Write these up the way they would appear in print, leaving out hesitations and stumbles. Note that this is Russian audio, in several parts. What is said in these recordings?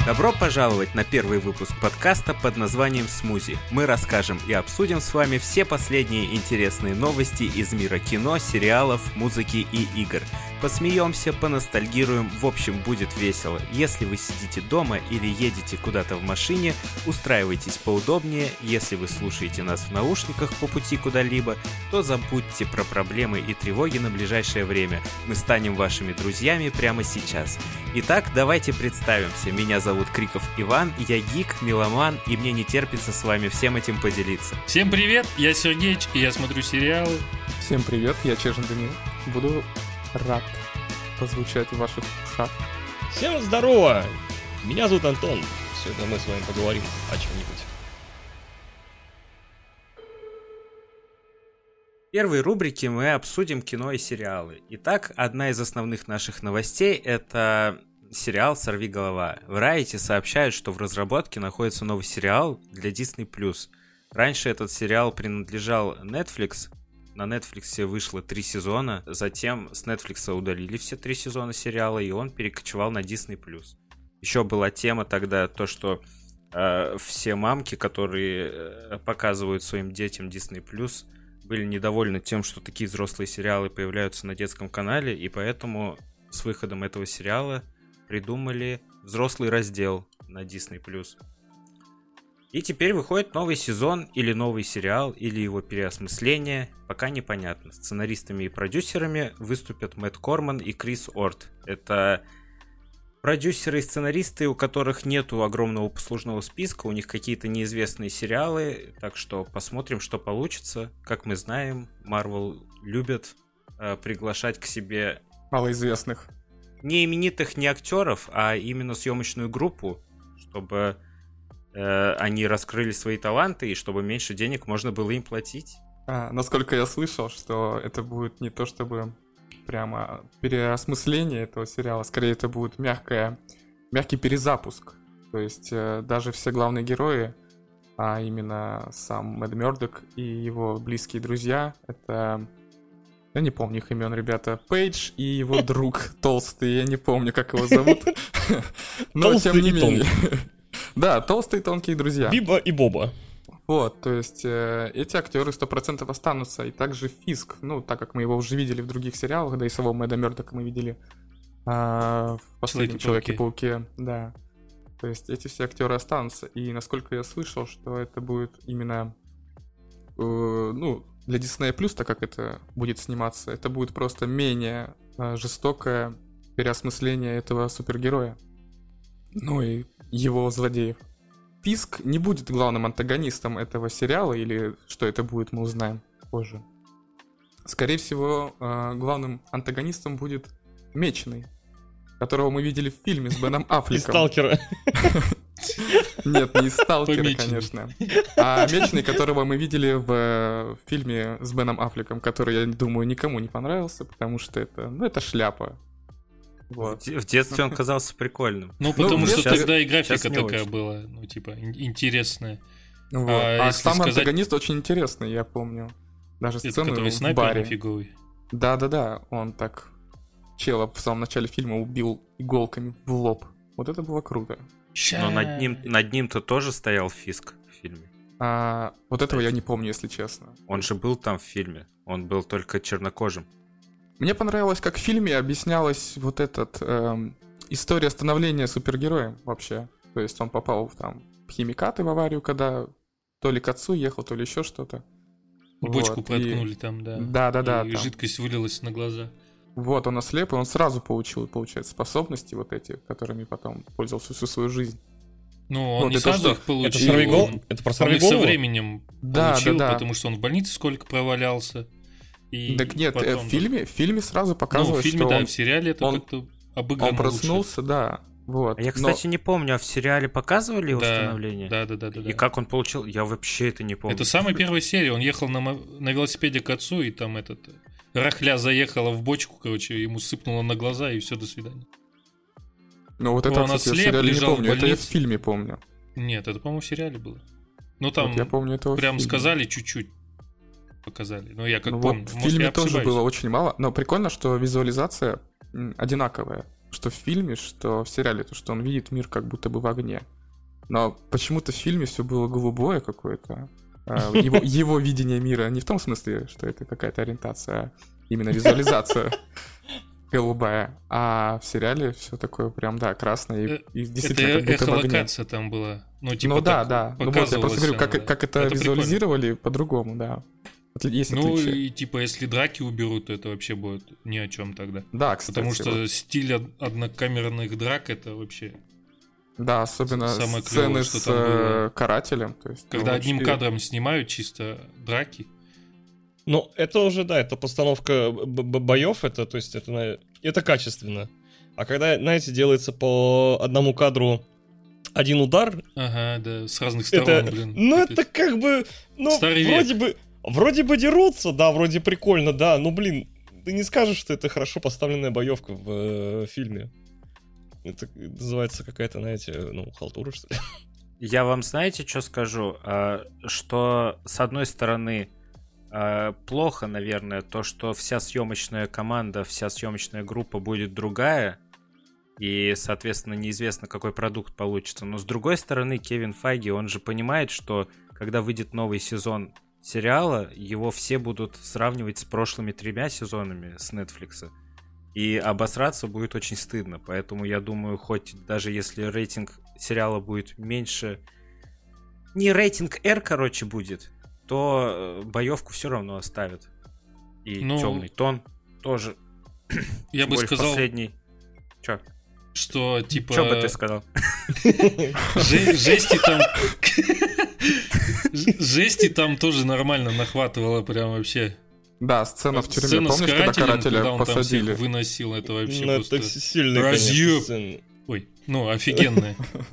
Добро пожаловать на первый выпуск подкаста под названием «Смузи». Мы расскажем и обсудим с вами все последние интересные новости из мира кино, сериалов, музыки и игр. Посмеемся, поностальгируем, в общем, будет весело. Если вы сидите дома или едете куда-то в машине, устраивайтесь поудобнее. Если вы слушаете нас в наушниках по пути куда-либо, то забудьте про проблемы и тревоги на ближайшее время. Мы станем вашими друзьями прямо сейчас. Итак, давайте представимся. Меня зовут Криков Иван, я гик, меломан, и мне не терпится с вами всем этим поделиться. Всем привет, я Сергеич, и я смотрю сериалы. Всем привет, я Чежин Данил. Буду рад позвучать в ваших ушах. Всем здорово! Меня зовут Антон. Сегодня мы с вами поговорим о чем-нибудь. В первой рубрике мы обсудим кино и сериалы. Итак, одна из основных наших новостей — это сериал «Сорвиголова». Variety сообщают, что в разработке находится новый сериал для Disney+. Раньше этот сериал принадлежал Netflix. На Netflix вышло 3 сезона, затем с Netflix удалили все 3 сезона сериала, и он перекочевал на Disney+. Еще была тема тогда, то, что все мамки, которые показывают своим детям Disney+, были недовольны тем, что такие взрослые сериалы появляются на детском канале, и поэтому с выходом этого сериала придумали взрослый раздел на Disney+. И теперь выходит новый сезон или новый сериал, или его переосмысление, пока непонятно. Сценаристами и продюсерами выступят Мэтт Корман и Крис Орт. Это продюсеры и сценаристы, у которых нету огромного послужного списка, у них какие-то неизвестные сериалы, так что посмотрим, что получится. Как мы знаем, Marvel любят приглашать к себе малоизвестных. Не именитых, не актеров, а именно съемочную группу, чтобы они раскрыли свои таланты и чтобы меньше денег можно было им платить. Насколько я слышал, что это будет не то чтобы прямо переосмысление этого сериала, скорее это будет мягкий перезапуск. То есть даже все главные герои, а именно сам Мэдд Мёрдок и его близкие друзья, это... Я не помню их имен, ребята. Пейдж и его друг Толстый, я не помню, как его зовут. Но тем не менее... Да, толстые тонкие друзья. Биба и Боба. Вот, то есть эти актеры 100% останутся. И также Фиск, так как мы его уже видели в других сериалах, да и самого Мэдда Мёрдока мы видели в «Последнем Человеке-пауке». Да. То есть эти все актеры останутся. И насколько я слышал, что это будет именно для Disney+, так как это будет сниматься, это будет просто менее жестокое переосмысление этого супергероя. Ну и его злодеев. Фиск не будет главным антагонистом этого сериала, или что это будет, мы узнаем позже. Скорее всего, главным антагонистом будет Меченый, которого мы видели в фильме с Беном Аффлеком. Из «Сталкера». Нет, не из «Сталкера», конечно. А Меченый, которого мы видели в фильме с Беном Аффлеком, который, я думаю, никому не понравился, потому что это шляпа. Вот. В детстве он казался прикольным. Потому что тогда и графика такая была, интересная. А сам антагонист очень интересный, я помню. Даже сцену в баре. Фиговый. Да, он так чела в самом начале фильма убил иголками в лоб. Вот это было круто. Но над ним-то тоже стоял Фиск в фильме. Вот этого я не помню, если честно. Он же был там в фильме, он был только чернокожим. Мне понравилось, как в фильме объяснялась история становления супергероем вообще. То есть он попал в химикаты в аварию, когда то ли к отцу ехал, то ли еще что-то. Бочку проткнули там, да. Да. И жидкость вылилась на глаза. Вот, он ослеп, и он сразу получил, получается, способности вот эти, которыми потом пользовался всю свою жизнь. Он не сразу их получил. Это про Он их Сорвиголову? со временем получил, потому что он в больнице сколько провалялся. Так нет, в фильме сразу показывалось, в фильме, что в сериале это как-то обыграно. Он проснулся, лучше. Да. Вот. Я, кстати, не помню, а в сериале показывали его становление? Да. И как он получил? Я вообще это не помню. Это самая первая серия. Он ехал на велосипеде к отцу, и там рахля заехала в бочку, ему сыпнуло на глаза, и все, до свидания. Вот это, кстати, я в сериале не помню. Это я в фильме помню. Нет, это, по-моему, в сериале было. Там я помню этого прям сказали чуть-чуть. Показали. Я как помню. В фильме тоже было очень мало. Но прикольно, что визуализация одинаковая. что в фильме, что в сериале, то, что он видит мир как будто бы в огне. Но почему-то в фильме все было голубое какое-то. Его видение мира не в том смысле, что это какая-то ориентация, а именно визуализация голубая. А в сериале все такое прям, да, красное и действительно это как будто в огне. эхолокация там была. Ну, типа Ну да, так да. Ну вот я просто говорю, как это визуализировали по-другому, да. Есть ну отличия. и типа если драки уберут, то это вообще будет ни о чем тогда. Да, кстати. Потому что вот. стиль однокамерных драк это вообще... Да, особенно самое сцены клёвое, что там было. с карателем. То есть, Когда одним вообще- кадром снимают чисто драки. Ну, это уже, да, это постановка боев, это, то есть, это качественно. А когда, знаете, делается по одному кадру один удар, Ага, да, с разных сторон, это, блин. ну, капец. это как бы, ну, Старый вроде бы дерутся, да, вроде прикольно, да, ну, блин, ты не скажешь, что это хорошо поставленная боевка в фильме. Это называется какая-то, знаете, ну, халтура, что ли. Я вам знаете, что скажу? Что, с одной стороны, плохо, наверное, то, что вся съемочная команда, вся съемочная группа будет другая, и, соответственно, неизвестно, какой продукт получится. Но, с другой стороны, Кевин Файги, он же понимает, что когда выйдет новый сезон сериала, его все будут сравнивать с прошлыми 3 сезонами с Netflix. И обосраться будет очень стыдно. Поэтому я думаю, хоть даже если рейтинг сериала будет меньше... Не рейтинг R, короче, будет, то боевку все равно оставят. И темный тон тоже. Я бы сказал, последний... Чё? что типа... Чё бы ты сказал? Жести там... Жести там тоже нормально нахватывало прям вообще. Да, сцена в тюрьме. Сцена с Помнишь, когда когда карателя он там посадили? всех выносил, это вообще Ну, это просто... сильно, разъёб. конечно, Ой, ну, офигенная.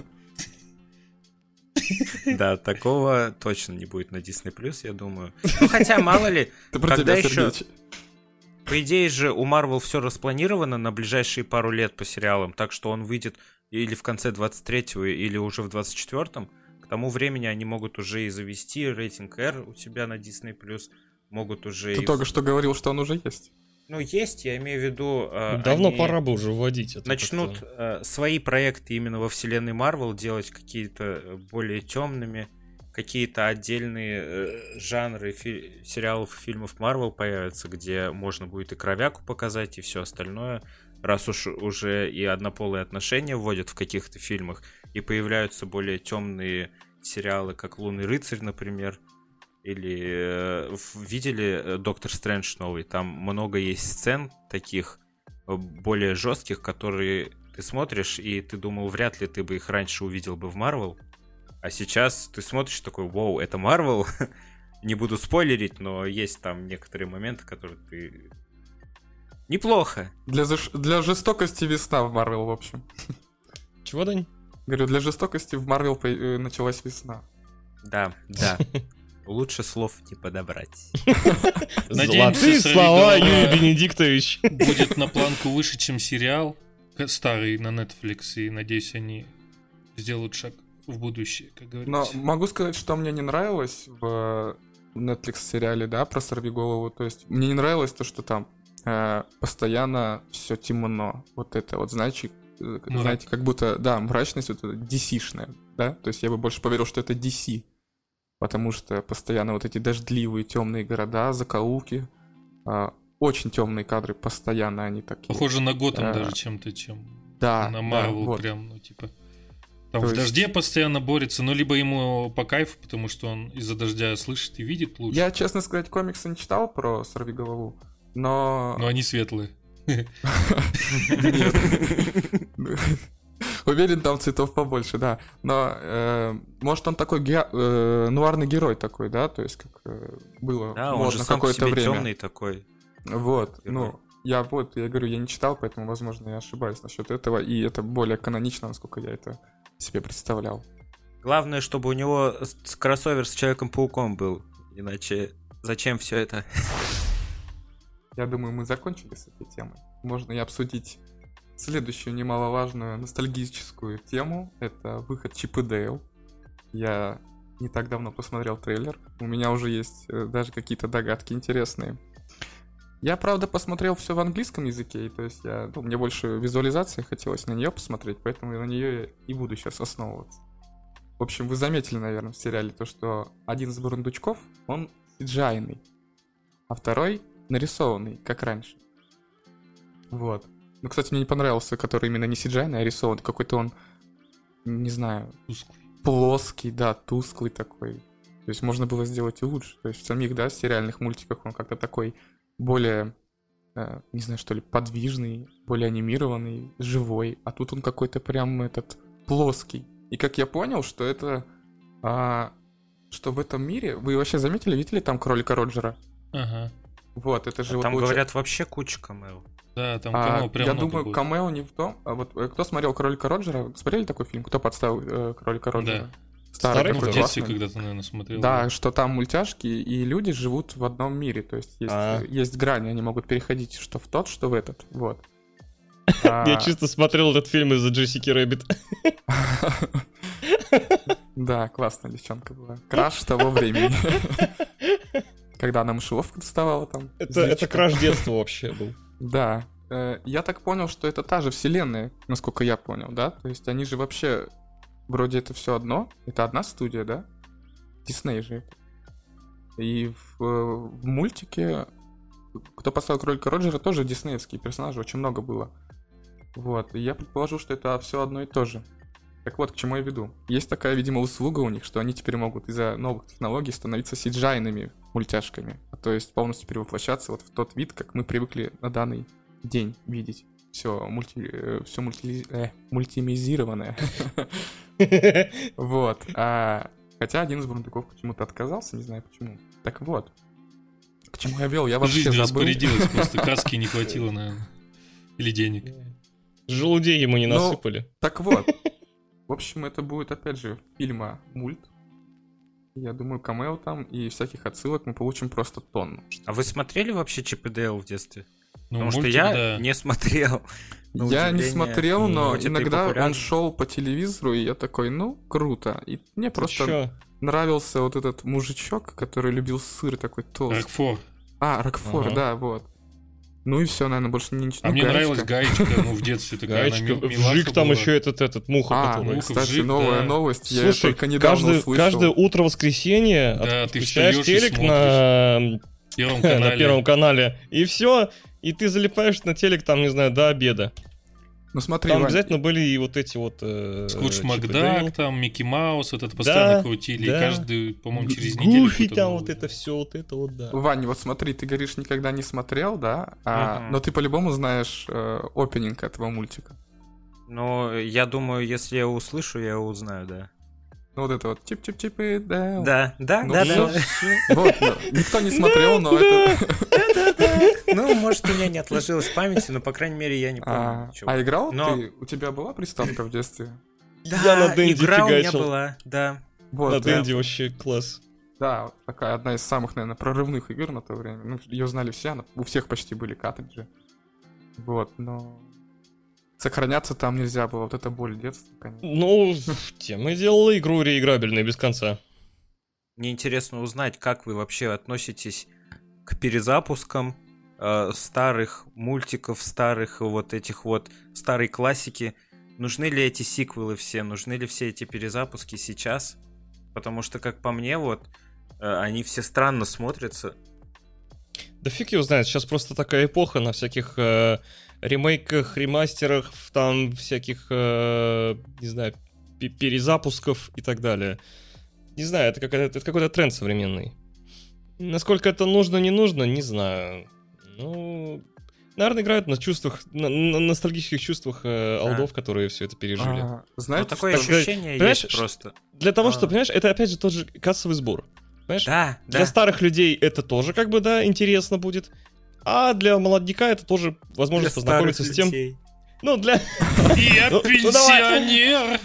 Да, такого точно не будет на Disney+, я думаю. Ну, хотя, мало ли, Ты про когда тебя, еще... Сергеич. По идее же, у Marvel все распланировано на ближайшие пару лет по сериалам, так что он выйдет или в конце 23-го, или уже в 24-м. К тому времени они могут уже и завести рейтинг R у себя на Disney+, могут уже... Ты и... только что говорил, что он уже есть. Ну, есть, я имею в виду... давно они пора бы уже вводить это. начнут свои проекты именно во вселенной Marvel делать какие-то более темными, какие-то отдельные жанры сериалов и фильмов Marvel появятся, где можно будет и кровяку показать, и все остальное. Раз уж уже и однополые отношения вводят в каких-то фильмах, и появляются более темные сериалы, как «Лунный рыцарь», например, или видели «Доктор Стрэндж» новый? Там много есть сцен таких более жестких, которые ты смотришь, и ты думал, вряд ли ты бы их раньше увидел бы в Marvel. А сейчас ты смотришь такой, вау, это Marvel? Не буду спойлерить, но есть там некоторые моменты, которые ты... Неплохо. Для жестокости весна в Марвел, в общем. Чего, Дань? Говорю, для жестокости в Марвел началась весна. Да, да. Лучше слов не подобрать. Надеемся, Золотые слова, «Сорвиголова» Юрий Бенедиктович. будет на планку выше, чем сериал старый на Netflix, и надеюсь, они сделают шаг в будущее, как Но говорится. могу сказать, что мне не нравилось в Netflix сериале, да, про «Сорвиголову». То есть мне не нравилось то, что там постоянно все темно. Вот это вот, знаете, как будто, да, мрачность вот эта DC-шная, да. То есть я бы больше поверил, что это DC. Потому что постоянно вот эти дождливые темные города, закоулки, очень темные кадры, постоянно они такие. Похоже на Готэм даже чем-то, чем Да, на да, Марвел вот. прям, ну типа. Там То в есть- дожде постоянно борется, но либо ему по кайфу, потому что он из-за дождя слышит и видит лучше. Я, честно сказать, комиксы не читал про «Сорвиголову», но... Но они светлые. Уверен, там цветов побольше, да. Но, может, он такой нуарный герой такой, да? То есть, как было Да, он же модно сам по какое-то себе время. темный такой. Вот, герой. ну, я говорю, я не читал, поэтому, возможно, я ошибаюсь насчет этого, и это более канонично, насколько я это себе представлял. Главное, чтобы у него кроссовер с Человеком-пауком был. Иначе зачем все это? Я думаю, мы закончили с этой темой. Можно и обсудить следующую немаловажную ностальгическую тему. Это выход Чип и Дейл. Я не так давно посмотрел трейлер. У меня уже есть даже какие-то догадки интересные. Я, правда, посмотрел все в английском языке, и, то есть мне больше визуализации хотелось на нее посмотреть, поэтому я на нее и буду сейчас основываться. В общем, вы заметили, наверное, в сериале то, что один из бурундучков, он CGI-ный, а второй нарисованный, как раньше. Вот. Ну, кстати, мне не понравился, который именно не CGI-ный, а рисованный. Какой-то он, не знаю, Тусклый. плоский, да, тусклый такой. То есть можно было сделать и лучше. То есть в самих, да, сериальных мультиках он как-то такой более, не знаю, что ли, подвижный, более анимированный, живой. А тут он какой-то прям этот плоский. И как я понял, что это, что в этом мире... Вы вообще заметили, видели там кролика Роджера? Ага. Вот, это же Там вот говорят вообще куча камео. Да, там камео прям я много думаю, будет. камео не в том... вот кто смотрел кролика Роджера? Смотрели такой фильм? Кто подставил кролика Роджера? Да. Старый Ну, такой, в детстве классный. когда-то, наверное, смотрел. Да, что там мультяшки и люди живут в одном мире. То есть есть грани, они могут переходить что в тот, что в этот. Вот. Я чисто смотрел этот фильм из-за Джессики Рэббит. Да, классная девчонка была. Краш того времени. Когда она мышеловку доставала там. Это краш детства вообще был. Да. Я так понял, что это та же вселенная, насколько я понял, да? То есть они же вообще... Вроде это все одно. Это одна студия, да? Дисней же это. И в мультике, кто поставил кролика Роджера, тоже диснеевские персонажи, очень много было. Вот. И я предположу, что это все одно и то же. Так вот, к чему я веду. Есть такая, видимо, услуга у них, что они теперь могут из-за новых технологий становиться CGI-ными мультяшками. То есть полностью перевоплощаться вот в тот вид, как мы привыкли на данный день видеть. Все мультимизированное. Вот. Хотя один из бурундуков почему-то отказался, не знаю почему. Так вот. К чему я вел? Я вообще Жизнь забыл. распорядилась, просто краски не хватило, наверное. Или денег. Желудей ему не Ну, насыпали. Так вот. В общем, это будет, опять же, фильма мульт. Я думаю, камео там и всяких отсылок мы получим просто тонну. А вы смотрели вообще Чип и Дейл в детстве? Ну, Потому что мультик, я да. не смотрел. На Я не удивление, смотрел, но хоть это и иногда популярно. он шел по телевизору, и я такой, ну, круто. И мне просто Чё? нравился вот этот мужичок, который любил сыр такой толстый. Рокфор. Рокфор, Ага. да, вот. Ну и все, наверное, больше ничего. А мне нравилась Гаечка, ну, в детстве такая. она Гаечка, милаха вжик там была. еще этот муха, который. Муха, Кстати, вжик, новая да. новость, я Слушай, только недавно услышал. каждое утро воскресенья Да, ты включаешь встаёшь и телек на Первом на канале. Первом канале, и все, и ты залипаешь на телек там, не знаю, до обеда. Ну смотри, Там Вань, обязательно были и вот эти вот... Скрудж Чип и Макдак, Дейл. там, Микки Маус, вот это постоянно Да, крутили. да. И каждый, по-моему, через неделю. Гуфи кто-то там, новый. вот это все, вот это вот, да. Вань, вот смотри, ты говоришь, никогда не смотрел, да? Мгм. Но ты по-любому знаешь опенинг этого мультика. Ну, я думаю, если я услышу, я узнаю, да. Ну вот это вот чип-чип-чип и да. Да, да, Ну, да, всё. да. Вот, ну, никто не смотрел, но это... Ну, может, у меня не отложилось в памяти, но, по крайней мере, я не помню ничего. А играл Но- ты? У тебя была приставка в детстве? Я на Денди игра у меня фигачил. была, да. Вот, На да. Денди вообще класс. Да, вот такая одна из самых, наверное, прорывных игр на то время. Ну, ее знали все, у всех почти были картриджи. Вот, но... Сохраняться там нельзя было, вот это боль детства, конечно. Ну, тем и делала игру реиграбельной без конца. Мне интересно узнать, как вы вообще относитесь к перезапускам старых мультиков, старых вот этих вот старой классики. Нужны ли эти сиквелы все? Нужны ли все эти перезапуски сейчас? Потому что, как по мне, вот они все странно смотрятся. Да фиг его знает, сейчас просто такая эпоха на всяких ремейках, ремастерах, там всяких, не знаю, перезапусков и так далее. Не знаю, это какой-то тренд современный. Насколько это нужно, не нужно, не знаю. Ну, наверное, играют на чувствах, на ностальгических чувствах олдов, которые все это пережили. Ну, Знаете, такое что- ощущение понимаешь, есть просто. Для того, что, понимаешь, это опять же тот же кассовый сбор. Понимаешь? Да, Для да. старых людей это тоже как бы, да, интересно будет. А для молодняка это тоже возможность Для познакомиться старых с тем... людей. Ну, для... Я Ну, давай. пенсионер!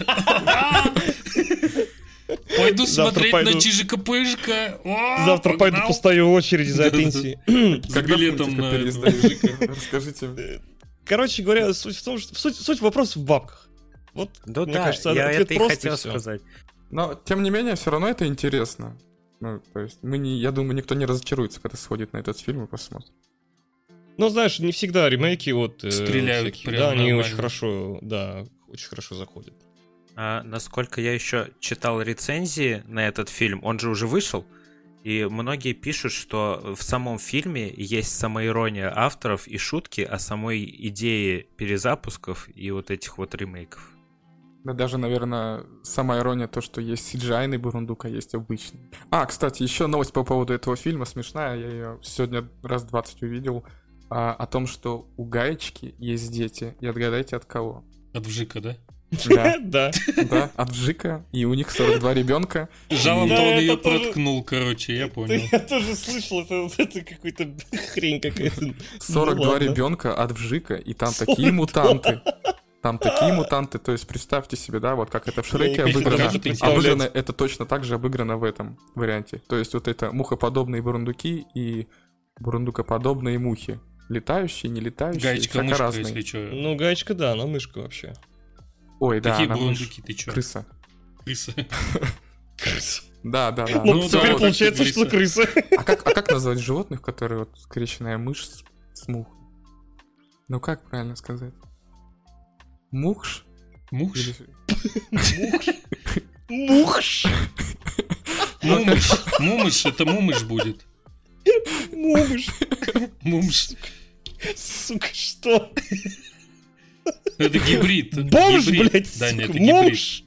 Пойду Завтра смотреть пойду. на Чижика-Пыжика. О, Завтра пойду погнал. постою в очереди за Да-да-да. пенсией. С Когда билетом мультика на переиздают? Чижика. Расскажите. Короче говоря, суть в том, что суть вопроса в бабках. Вот, Ну мне да, кажется, я ответ это и прост, хотел всё. сказать. Но, тем не менее, все равно это интересно. Ну, то есть, я думаю, никто не разочаруется, когда сходит на этот фильм и посмотрит. Ну, знаешь, не всегда ремейки вот... Стреляют всякие, прям да, они нормально. очень хорошо, да, очень хорошо заходят. А насколько я еще читал рецензии на этот фильм, он же уже вышел, и многие пишут, что в самом фильме есть самоирония авторов и шутки о самой идее перезапусков и вот этих вот ремейков. Да даже, наверное, сама ирония то, что есть CGI-ный бурундук, а есть обычный. Кстати, еще новость по поводу этого фильма смешная, я ее сегодня раз 20 увидел, о том, что у Гаечки есть дети, и отгадайте от кого? От Вжика, да? Да, Да. да, от Джика, и у них 42 ребенка. Жалом-то Да, он это ее тоже- проткнул, короче, я понял. Я тоже слышал, это какой-то хрень какая-то. 42 Ну ладно. ребенка от Вжика, и там 42. такие мутанты. Там такие мутанты, то есть представьте себе, да, вот как это в Шреке Я не обыграно. хочу представлять. Обыграно это точно так же обыграно в этом варианте. То есть вот это мухоподобные бурундуки и бурундукоподобные мухи. Летающие, не летающие, всяко Гаечка-мышка, разные. если что. Ну, гаечка, да, она мышка вообще. Ой, да, Какие она мышь. бурундуки, ты чё? Крыса. Крыса. Да. Вот Ну теперь да, вот получается, как что крыса. А как назвать животных, которые вот скрещенная мышь с мухой? Ну как правильно сказать? Мухш? Мухш? Или- Мухш. Мумыш. Мумыш, это мумыш будет. Мумыш. Мумш. Сука, что? Это гибрид. Бомж, Гибрид. блядь, Да, сука, нет, это гибрид. мумш.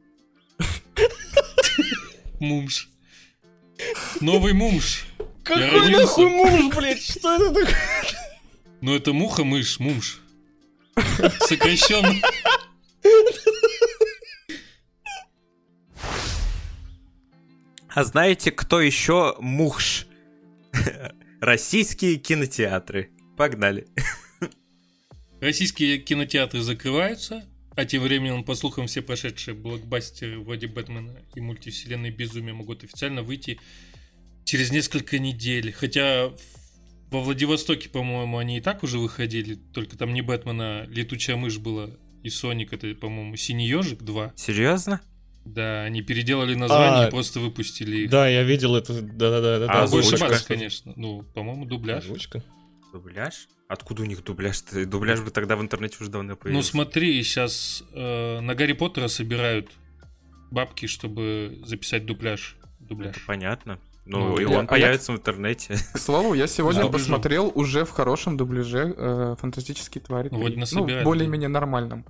Мумш. Новый мумш. Какой родился. нахуй мумш, блядь? Что это такое? Ну это муха-мышь, мумш. Сокращенно. А знаете, кто еще мухш? Российские кинотеатры. Погнали. Российские кинотеатры закрываются, а тем временем, по слухам, все прошедшие блокбастеры вроде Бэтмена и мультивселенной Безумия могут официально выйти через несколько недель. Хотя во Владивостоке, по-моему, они и так уже выходили, только там не Бэтмен, а Летучая мышь была, и Соник, это, по-моему, Синий ежик 2. Серьезно? Да, они переделали название А, и просто выпустили их. Да, я видел это. Да. А Могу озвучка? ошибаться, конечно. Ну, по-моему, дубляж. Озвучка. Дубляж? Откуда у них дубляж-то? Дубляж бы тогда в интернете уже давно Ну появился. смотри, сейчас на Гарри Поттера собирают бабки, чтобы записать дубляж. Это понятно. Ну, Ну, и я- он появится в интернете. К слову, я сегодня Да, дубляжом. посмотрел уже в хорошем дубляже «Фантастические твари 3». Ну, вот насобирали. Более-менее нормальном.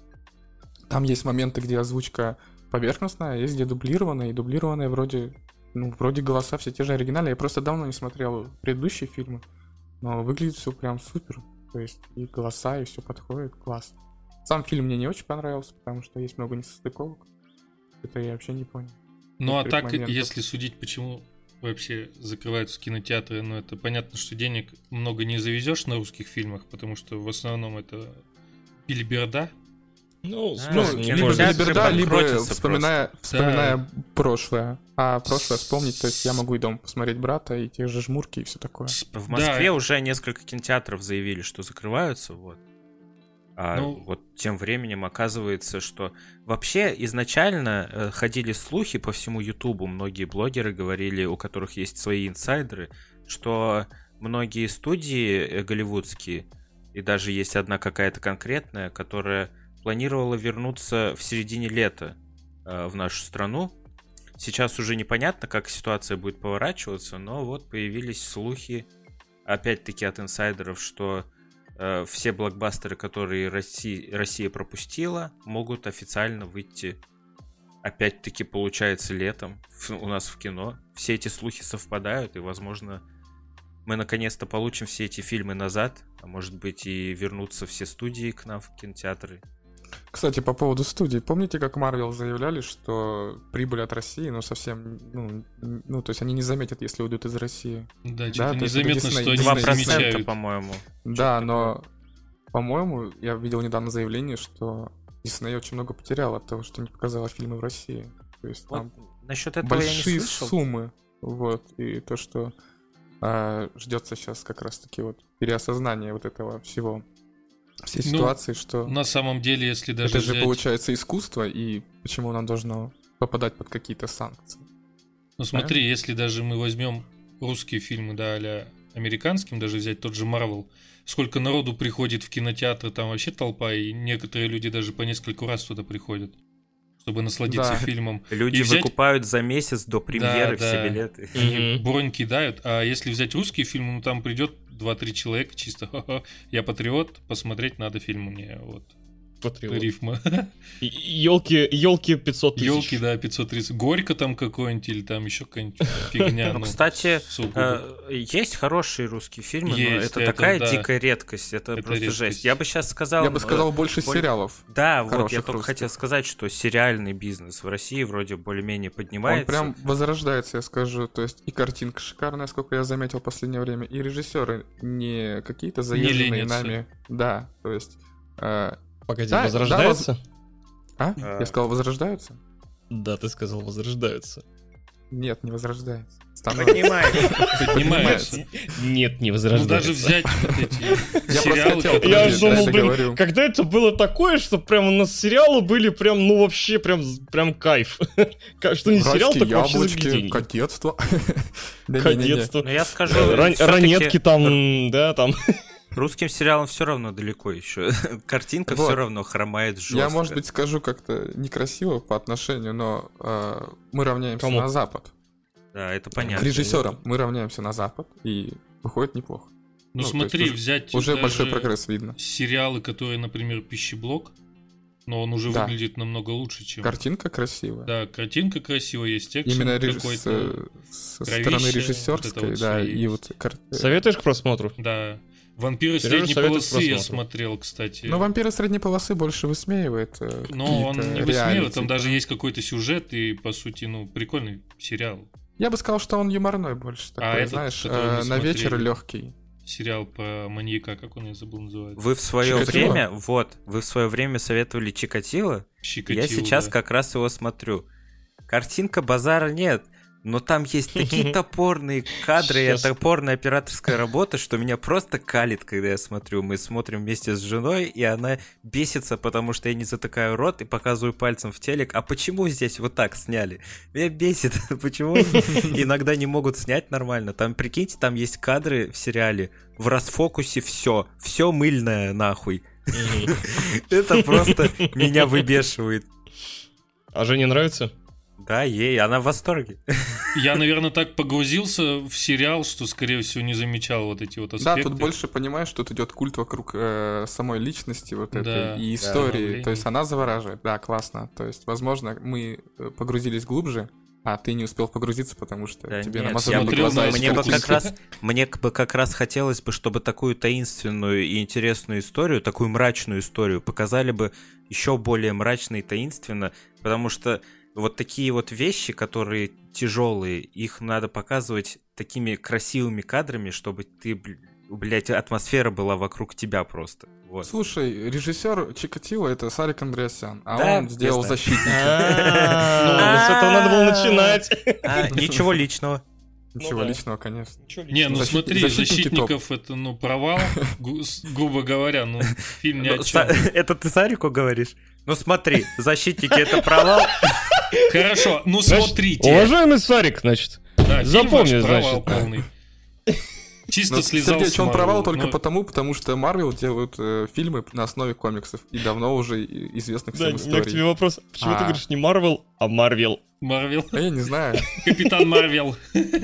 Там есть моменты, где озвучка поверхностная, а есть где дублированная, и дублированная вроде голоса все те же оригинальные. Я просто давно не смотрел предыдущие фильмы, но выглядит все прям супер. То есть и голоса, и все подходит, класс. Сам фильм мне не очень понравился, потому что есть много несостыковок. Это я вообще не понял. Ну а некоторых так, моментов. если судить, почему вообще закрываются кинотеатры, ну это понятно, что денег много не завезешь на русских фильмах, потому что в основном это билиберда. Ну, А, смысл ну, не Либо может. может. билиберда, либо Банкротится вспоминая прошлое. А прошлое вспомнить, то есть я могу и дома посмотреть «Брата», и те же «Жмурки», и все такое. В Москве уже несколько кинотеатров заявили, что закрываются, вот. А Ну- вот тем временем оказывается, что вообще изначально ходили слухи по всему Ютубу, многие блогеры говорили, у которых есть свои инсайдеры, что многие студии голливудские, и даже есть одна какая-то конкретная, которая планировала вернуться в середине лета в нашу страну. Сейчас уже непонятно, как ситуация будет поворачиваться, но вот появились слухи, опять-таки от инсайдеров, что все блокбастеры, которые Россия пропустила, могут официально выйти, опять-таки, получается, летом у нас в кино. Все эти слухи совпадают, и, возможно, мы наконец-то получим все эти фильмы назад, а может быть и вернутся все студии к нам в кинотеатры. Кстати, по поводу студий. Помните, как Marvel заявляли, что прибыль от России, совсем, то есть они не заметят, если уйдут из России. Да, Да, что-то то есть это незаметно, Disney. что они 2%, не замечают. по-моему. Да, но, по-моему, я видел недавно заявление, что Disney очень много потерял от того, что не показала фильмы в России. То есть Вот там насчет этого я не большие слышал. суммы. Вот, и то, что ждется сейчас как раз-таки вот переосознание вот этого всего. Всей Ну, ситуации, что На самом деле, если даже это же взять- получается искусство, и почему оно должно попадать под какие-то санкции. Ну смотри, если даже мы возьмем русские фильмы, да, а-ля американским, даже взять тот же Marvel, сколько народу приходит в кинотеатры, там вообще толпа, и некоторые люди даже по нескольку раз туда приходят, чтобы насладиться Да. фильмом. Люди И взять- выкупают за месяц до премьеры Да, все да. билеты. Они бронь кидают, а если взять русский фильм, ну там придет 2-3 человека чисто, ха-ха, я патриот, посмотреть надо фильм мне, вот, Патриот. рифма. Елки 500 тысяч. Елки, да, 530. Горько там какой-нибудь, или там еще какая-нибудь фигня. Ну, ну, кстати, сугубо. есть хорошие русские фильмы, но Есть, это это такая да. дикая редкость, это просто редкость. жесть. Я бы сейчас сказал... Я бы сказал, больше более- сериалов. Да, вот я хороших только русских. хотел сказать, что сериальный бизнес в России вроде более-менее Он поднимается. прям возрождается, я скажу. То есть и картинка шикарная, сколько я заметил в последнее время, и режиссеры не какие-то заезженные ленятся. нами. Да, то есть... Погоди, Да, возрождается? Я сказал, возрождаются? Да, ты сказал, возрождаются. Нет, не возрождаются. Становятся. Поднимается. Нет, не Ну, возрождается. даже взять вот эти Я сериалы, просто хотел которые- Я подожди, думал, дальше блин, говорю. когда это было такое, что прям у нас сериалы были прям, ну вообще, прям кайф. Что не сериал, Братские так вообще яблочки, загляденье. кадетство. Да не-не-не. Кадетство. Но я скажу, Ранетки всё-таки там, да, там. русским сериалам все равно далеко еще. Картинка Вот. все равно хромает жестко. Я, может быть, скажу как-то некрасиво по отношению, но мы равняемся Кому? на Запад. Да, это К понятно. режиссерам мы равняемся на Запад, и выходит неплохо. Ну, Ну, то смотри, есть взять Уже даже большой прогресс видно. сериалы, которые, например, «Пищеблок», но он уже Да. выглядит намного лучше, чем... Картинка красивая. Да, картинка красивая, есть экшен Именно какой-то. со кровище, стороны вот режиссерской, это вот да, всё и есть. вот... Советуешь к просмотру? Да. «Вампиры Сережа средней советует к полосы» я просмотру. смотрел, кстати. Ну, «Вампиры средней полосы» больше высмеивает Но он не высмеивает, там даже есть. есть какой-то сюжет, и, по сути, ну, прикольный сериал. Я бы сказал, что он юморной больше такой, этот, знаешь, который мы на вечер смотрели. легкий. Сериал про маньяка, как он, я забыл, называется. Вы в свое Чикатило? время, вы в свое время советовали Чикатило. Чикатило, Я сейчас да. как раз его смотрю. Картинка базара нет, но там есть такие топорные кадры и Щас. топорная операторская работа, что меня просто калит, когда я смотрю. Мы смотрим вместе с женой, и она бесится, потому что я не затыкаю рот и показываю пальцем в телек. А почему здесь вот так сняли? Меня бесит. Почему иногда не могут снять нормально? Там, прикиньте, там есть кадры в сериале, в расфокусе все мыльное нахуй. Это просто меня выбешивает. А Жене нравится? Да, ей, она в восторге. Я, наверное, так погрузился в сериал, что, скорее всего, не замечал вот эти вот Да, аспекты. тут больше понимаешь, что тут идет культ вокруг самой личности вот этой Да, и да, истории. становление. То есть она завораживает. Да, классно. То есть, возможно, мы погрузились глубже, а ты не успел погрузиться, потому что Да тебе нет, намазали я бы- смотрел глаза. на и мне бы вкус. как раз хотелось бы, чтобы такую таинственную и интересную историю, такую мрачную историю показали бы еще более мрачно и таинственно, потому что вот такие вот вещи, которые тяжелые, их надо показывать такими красивыми кадрами, чтобы ты, блядь, атмосфера была вокруг тебя просто. Вот. Слушай, режиссер Чикатило это Сарик Андреасян, а Да, он сделал я знаю. «Защитника». С этого надо было начинать. Ничего личного. Ничего да. личного, конечно. Не, ну смотри, «Защитники» «Защитников» это, ну, провал, грубо говоря, ну, фильм ни о чем. Это ты Сарику говоришь? Ну смотри, «Защитники» — это провал. Хорошо, ну Значит, смотрите. Уважаемый Сарик, значит. Да, фильм запомни, ваш провал значит. полный. Чисто Ну, слезал Сергей, с он провал Марвел, только но- потому что Марвел делают фильмы на основе комиксов и давно уже известных Да, всем у меня к тебе историй. вопрос. Почему ты А. говоришь не Марвел, а Марвел? Марвел. А я не знаю. Капитан Марвел.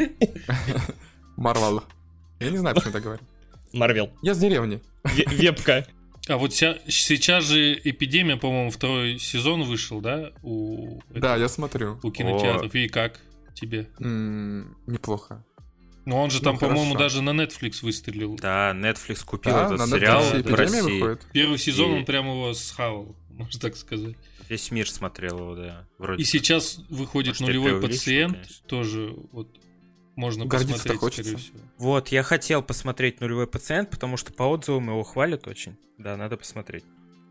Марвел. Я не знаю, почему так говорю. Марвел. Я с деревни. Вебка. А вот сейчас же «Эпидемия», по-моему, второй сезон вышел, да? Да, я смотрю. У кинотеатров. И как тебе? Неплохо. Ну он же Ну, там, по-моему, хорошо. даже на Netflix выстрелил. Да, Netflix купил Да, этот на сериал Netflix в «Эпидемия» России. выходит. Первый сезон И- он прям его схавал, можно так сказать. Весь мир смотрел его, да. Вроде И как. сейчас выходит Может, я «Нулевой преувеличиваю, пациент», конечно. тоже вот можно Гордиться-то посмотреть, скорее хочется. всего. Вот, я хотел посмотреть «Нулевой пациент», потому что по отзывам его хвалят очень. Да, надо посмотреть.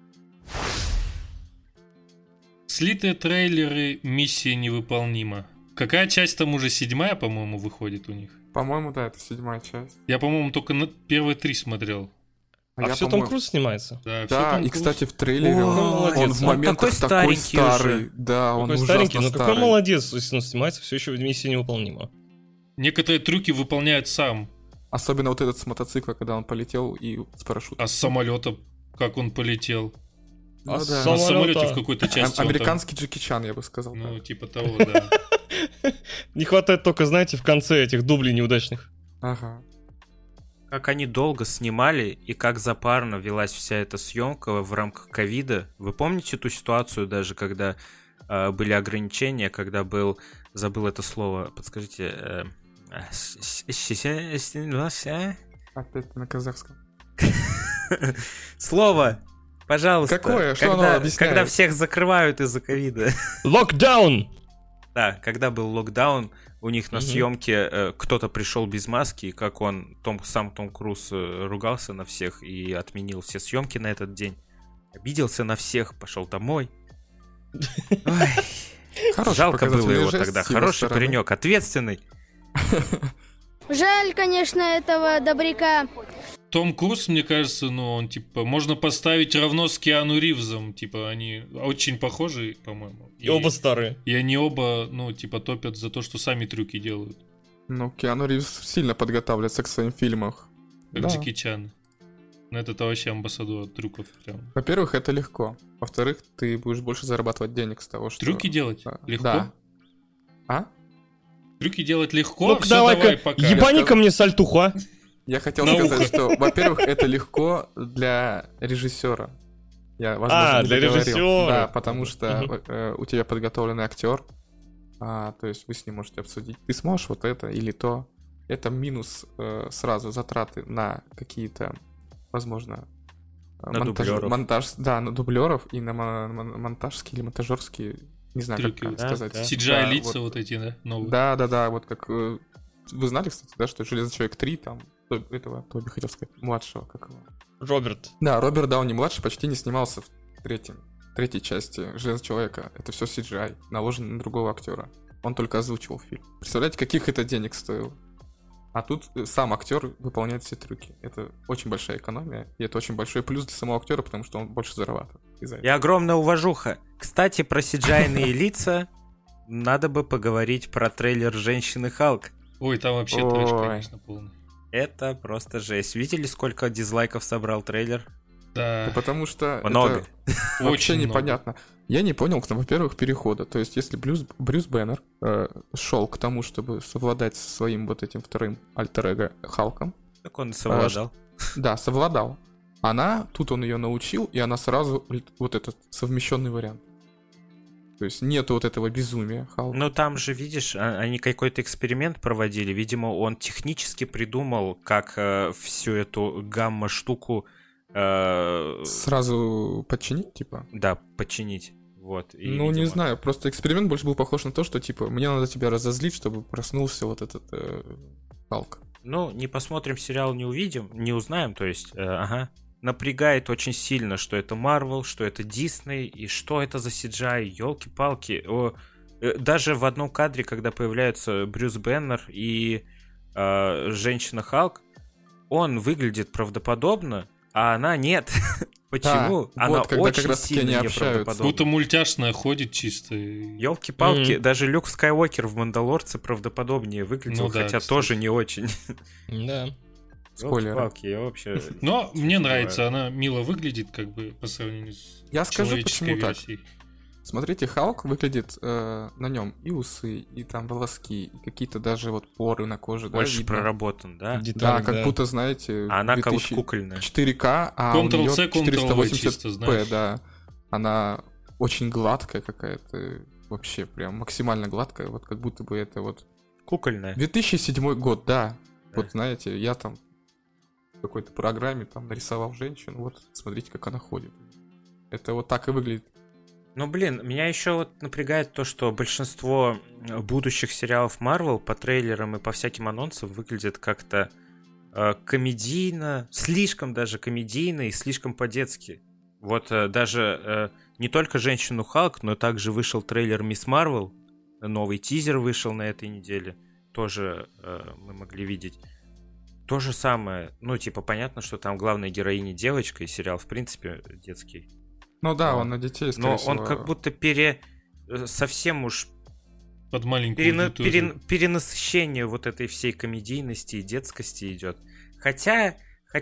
Слитые трейлеры «Миссия невыполнима». Какая часть там уже 7-я, по-моему, выходит у них? По-моему, да, это 7-я часть. Я, по-моему, только на первые 3 смотрел. А я, все Том по-моему- Круз снимается? Да, всё Да, Том и, Круз. кстати, в трейлере Ой, он молодец, в он моментах такой такой старенький старый. уже. Да, он Какой ужасно старенький, ну старый. какой молодец, если он снимается, все еще миссия невыполнима. Некоторые трюки выполняет сам. Особенно вот этот с мотоцикла, когда он полетел и с парашютом. А с самолета как он полетел? Ну А да. с На самолета- самолете в какой-то части. он там- Американский Джеки Чан, я бы сказал. Ну, так. типа того, да. Не хватает только, знаете, в конце этих дублей неудачных. Ага. Как они долго снимали и как запарно велась вся эта съемка в рамках ковида. Вы помните ту ситуацию даже, когда были ограничения, когда был... Забыл это слово, подскажите... Опять на казахском. Слово! Пожалуйста. Какое? Что оно Когда, объясняет? когда всех закрывают из-за ковида. Локдаун! Да, когда был локдаун, у них на Мгм. съемке кто-то пришел без маски, и как сам Том Круз ругался на всех и отменил все съемки на этот день. Обиделся на всех, пошел домой. Ой, Хороший жалко было показательный его жест тогда. с его Хороший стороны. паренек, ответственный. Жаль, конечно, этого добряка. Том Круз, мне кажется, ну, он, типа, можно поставить равно с Киану Ривзом. Типа, они очень похожи, по-моему. И оба старые. И они оба, ну, типа, топят за то, что сами трюки делают. Ну, Киану Ривз сильно подготавливается к своим фильмам. Как Да. Джеки Чан. Ну, это вообще амбассадор трюков. Прям. Во-первых, это легко. Во-вторых, ты будешь больше зарабатывать денег с того, что... Трюки делать Да. легко? Да. А? Трюки делать легко? Ну-ка, Всё, давай-ка, давай, пока. ебани-ка мне сальтуху, а? Я хотел На сказать, ухо. что, во-первых, это легко для режиссера. Я, возможно, не для договорил. режиссера. Да, потому что Мгм. у тебя подготовленный актер, то есть вы с ним можете обсудить. Ты сможешь вот это или то. Это минус сразу затраты на какие-то, возможно, На дублеров. монтаж, да, на дублеров и на монтажские или монтажерские, не знаю, как Трюки, правильно да, сказать. да. CGI-лица Да, вот эти, да, новые. Да, вот как... Вы знали, кстати, да, что Железный Человек 3, там, этого, Тоби хотел сказать, младшего, как его? Роберт. Да, Роберт Дауни-младший почти не снимался в третьей части Железного Человека. Это все CGI, наложено на другого актера. Он только озвучивал фильм. Представляете, каких это денег стоило? А тут сам актер выполняет все трюки. Это очень большая экономия, и это очень большой плюс для самого актера, потому что он больше зарабатывает из-за И этого. огромная уважуха. Кстати, про CGI-ные лица надо бы поговорить про трейлер «Женщины Халк». Ой, там вообще Ой. трэш, конечно, полный. Это просто жесть. Видели, сколько дизлайков собрал трейлер? Да, Да потому что Много. это вообще очень непонятно. Я не понял, во-первых, перехода. То есть, если Брюс Бэннер шел к тому, чтобы совладать со своим вот этим вторым альтер-эго Халком, Так он и совладал. да, совладал. Тут он ее научил, и она сразу вот этот совмещенный вариант. То есть нету вот этого безумия Халка. Ну там же, видишь, они какой-то эксперимент проводили. Видимо, он технически придумал, как всю эту гамма-штуку Сразу подчинить, типа? да, починить. Вот. И, Ну, не видимо, знаю, просто эксперимент больше был похож на то, что, типа, мне надо тебя разозлить, чтобы проснулся вот этот Халк. Ну, не посмотрим сериал, не увидим, не узнаем, то есть, ага. Напрягает очень сильно, что это Marvel, что это Disney, и что это за CGI, елки-палки. Даже в одном кадре, когда появляются Брюс Бэннер и женщина Халк, он выглядит правдоподобно, а она нет. Почему? Да, Она вот, когда очень как раз-таки сильно они общаются. неправдоподобна. Будто мультяшная ходит чисто. Ёлки-палки, даже Люк Скайуокер в «Мандалорце» правдоподобнее выглядел, Ну да, хотя кстати. тоже не очень. Да. Спойлеры. Ёлки-палки, я вообще... Но мне Бывает. нравится, она мило выглядит, как бы, по сравнению с Я скажу, человеческой почему так. версией. Смотрите, Халк выглядит на нем и усы, и там волоски, и какие-то даже вот поры на коже, да, Больше видно. проработан, да? Да, Детали, как будто, знаете, А она как будто 2000 кукольная. 4К, а у нее Ctrl-C, Ctrl-V чисто, 480p, знаешь. да. Она очень гладкая какая-то, вообще прям максимально гладкая, вот как будто бы это вот... Кукольная. 2007 год, да. Да. Вот знаете, я там в какой-то программе там нарисовал женщину, вот смотрите, как она ходит. Это вот так и выглядит. Ну, блин, меня еще вот напрягает то, что большинство будущих сериалов Marvel по трейлерам и по всяким анонсам выглядит как-то комедийно, слишком даже комедийно и слишком по-детски. Вот даже не только «Женщину Халк», но также вышел трейлер «Мисс Марвел», новый тизер вышел на этой неделе, тоже мы могли видеть. То же самое, ну, типа, понятно, что там главная героиня девочка, и сериал, в принципе, детский. Ну да, Но- он на детей, скорее Но всего. он как будто совсем уж под маленькую аудиторию. Перенасыщение вот этой всей комедийности и детскости идет. Хотя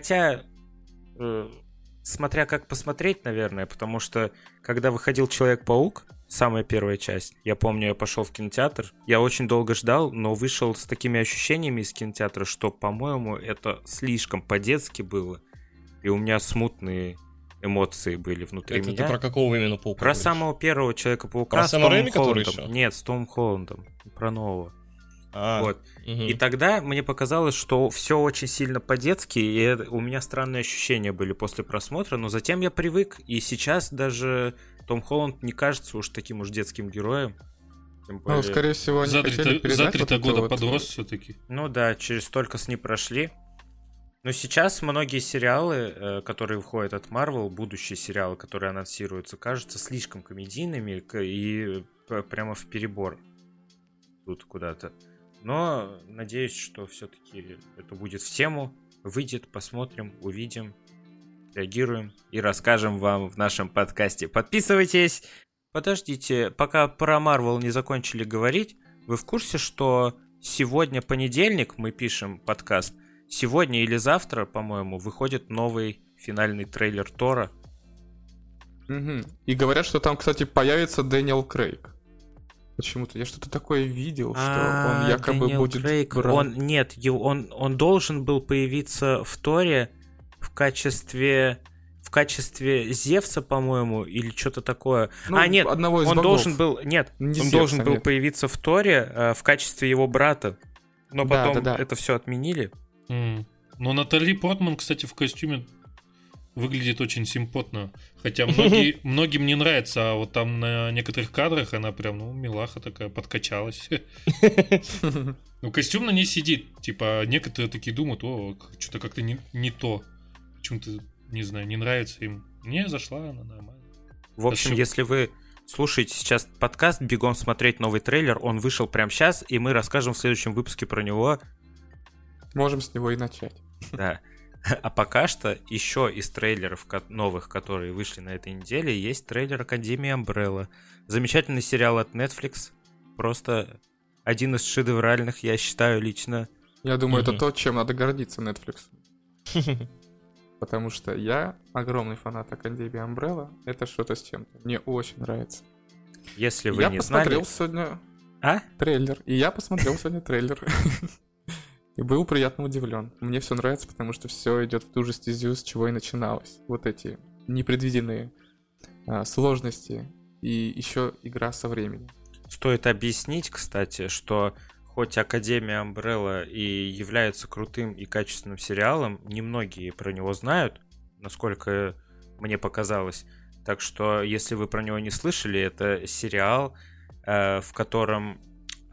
смотря как посмотреть, наверное, потому что когда выходил Человек-паук, самая первая часть, я помню, я пошел в кинотеатр, я очень долго ждал, но вышел с такими ощущениями из кинотеатра, что, по-моему, это слишком по-детски было, и у меня смутные эмоции были внутри Это меня. ты про какого именно паука Про говоришь? самого первого Человека-паука Про с Сэма Томом Рэйми, который Холландом. еще? Нет, с Томом Холландом, про нового. Вот. Мгм. И тогда мне показалось, что все очень сильно по-детски, и у меня странные ощущения были после просмотра, но затем я привык, и сейчас даже Том Холланд не кажется уж таким уж детским героем. Тем Ну, более- скорее всего, они За хотели 3 передать вот это года вот, подрос все-таки. Ну да, через столько с ней прошли. Но сейчас многие сериалы, которые выходят от Marvel, будущие сериалы, которые анонсируются, кажутся слишком комедийными и прямо в перебор тут куда-то. Но надеюсь, что все-таки это будет в тему. Выйдет, посмотрим, увидим, реагируем и расскажем вам в нашем подкасте. Подписывайтесь! Подождите, пока про Marvel не закончили говорить, вы в курсе, что сегодня понедельник, мы пишем подкаст, сегодня или завтра, по-моему, выходит новый финальный трейлер Тора. Мгм. И говорят, что там, кстати, появится Дэниел Крейг. Почему-то я что-то такое видел, что он якобы Дэниел будет Крейг, брать. он должен был появиться в Торе в качестве Зевса, по-моему, или что-то такое. Ну, Нет, одного из он богов. должен был Не должен Зевса, был нет. появиться в Торе в качестве его брата, но Да, потом да. это все отменили. Но Натали Портман, кстати, в костюме выглядит очень симпотно. Хотя многим не нравится, а вот там на некоторых кадрах она прям, милаха такая, подкачалась. Ну, костюм на ней сидит. Типа, некоторые такие думают, что-то как-то не то. Почему-то, не знаю, не нравится им. Мне зашла она нормально. В общем, Спасибо. если вы слушаете сейчас подкаст, бегом смотреть новый трейлер, он вышел прямо сейчас, и мы расскажем в следующем выпуске про него. Можем с него и начать. Да. А пока что еще из трейлеров новых, которые вышли на этой неделе, есть трейлер Академии Umbrella. Замечательный сериал от Netflix. Просто один из шедевральных, я считаю, лично. Я думаю, это Мгм. то, чем надо гордиться Netflix. Потому что я огромный фанат Академии Umbrella. Это что-то с чем-то. Мне очень нравится. Если вы Я не посмотрел знали... сегодня А? трейлер. И я посмотрел сегодня трейлер. И был приятно удивлен. Мне все нравится, потому что все идет в ту же стезю, с чего и начиналось. Вот эти непредвиденные сложности и еще игра со временем. Стоит объяснить, кстати, что хоть Академия Umbrella и является крутым и качественным сериалом, немногие про него знают, насколько мне показалось. Так что, если вы про него не слышали, это сериал, в котором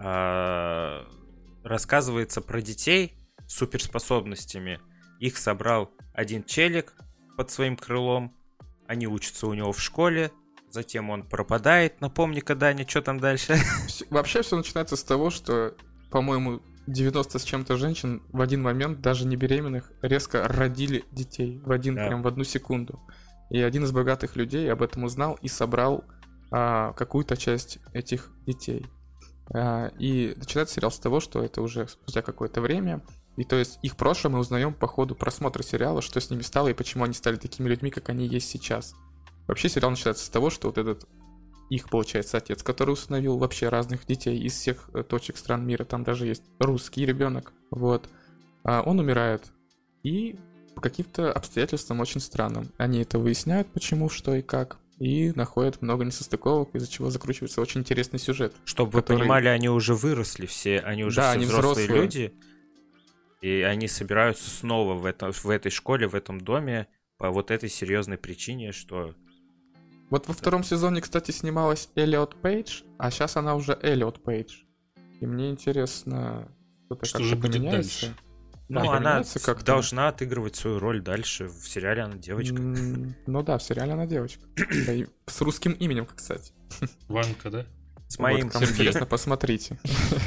рассказывается про детей с суперспособностями. Их собрал один челик под своим крылом, они учатся у него в школе, затем он пропадает. Напомни-ка, Даня, что там дальше? Вообще все начинается с того, что, по-моему, 90 с чем-то женщин в один момент, даже не беременных, резко родили детей прям в одну секунду. И один из богатых людей об этом узнал и собрал какую-то часть этих детей. И начинается сериал с того, что это уже спустя какое-то время. И то есть их прошлое мы узнаем по ходу просмотра сериала, что с ними стало и почему они стали такими людьми, как они есть сейчас. Вообще сериал начинается с того, что вот этот их, получается, отец, который усыновил вообще разных детей из всех точек стран мира, там даже есть русский ребенок, вот, он умирает. И по каким-то обстоятельствам очень странным. Они это выясняют, почему, что и как, и находят много несостыковок, из-за чего закручивается очень интересный сюжет. Чтобы вы понимали, они уже выросли все, они уже Да, все они взрослые взрослые. люди, и они собираются снова в этой школе, в этом доме по вот этой серьезной причине, что... Вот во втором сезоне, кстати, снималась Эллиот Пейдж, а сейчас она уже Эллиот Пейдж. И мне интересно, что-то Что как-то же будет поменяется. дальше? Да, Ну, она поменяется как-то. должна отыгрывать свою роль дальше. В сериале она девочка. Ну да, в сериале она девочка. Да, и с русским именем, кстати. Ванка, да? С моим Вот, кому Сергеем. интересно, посмотрите.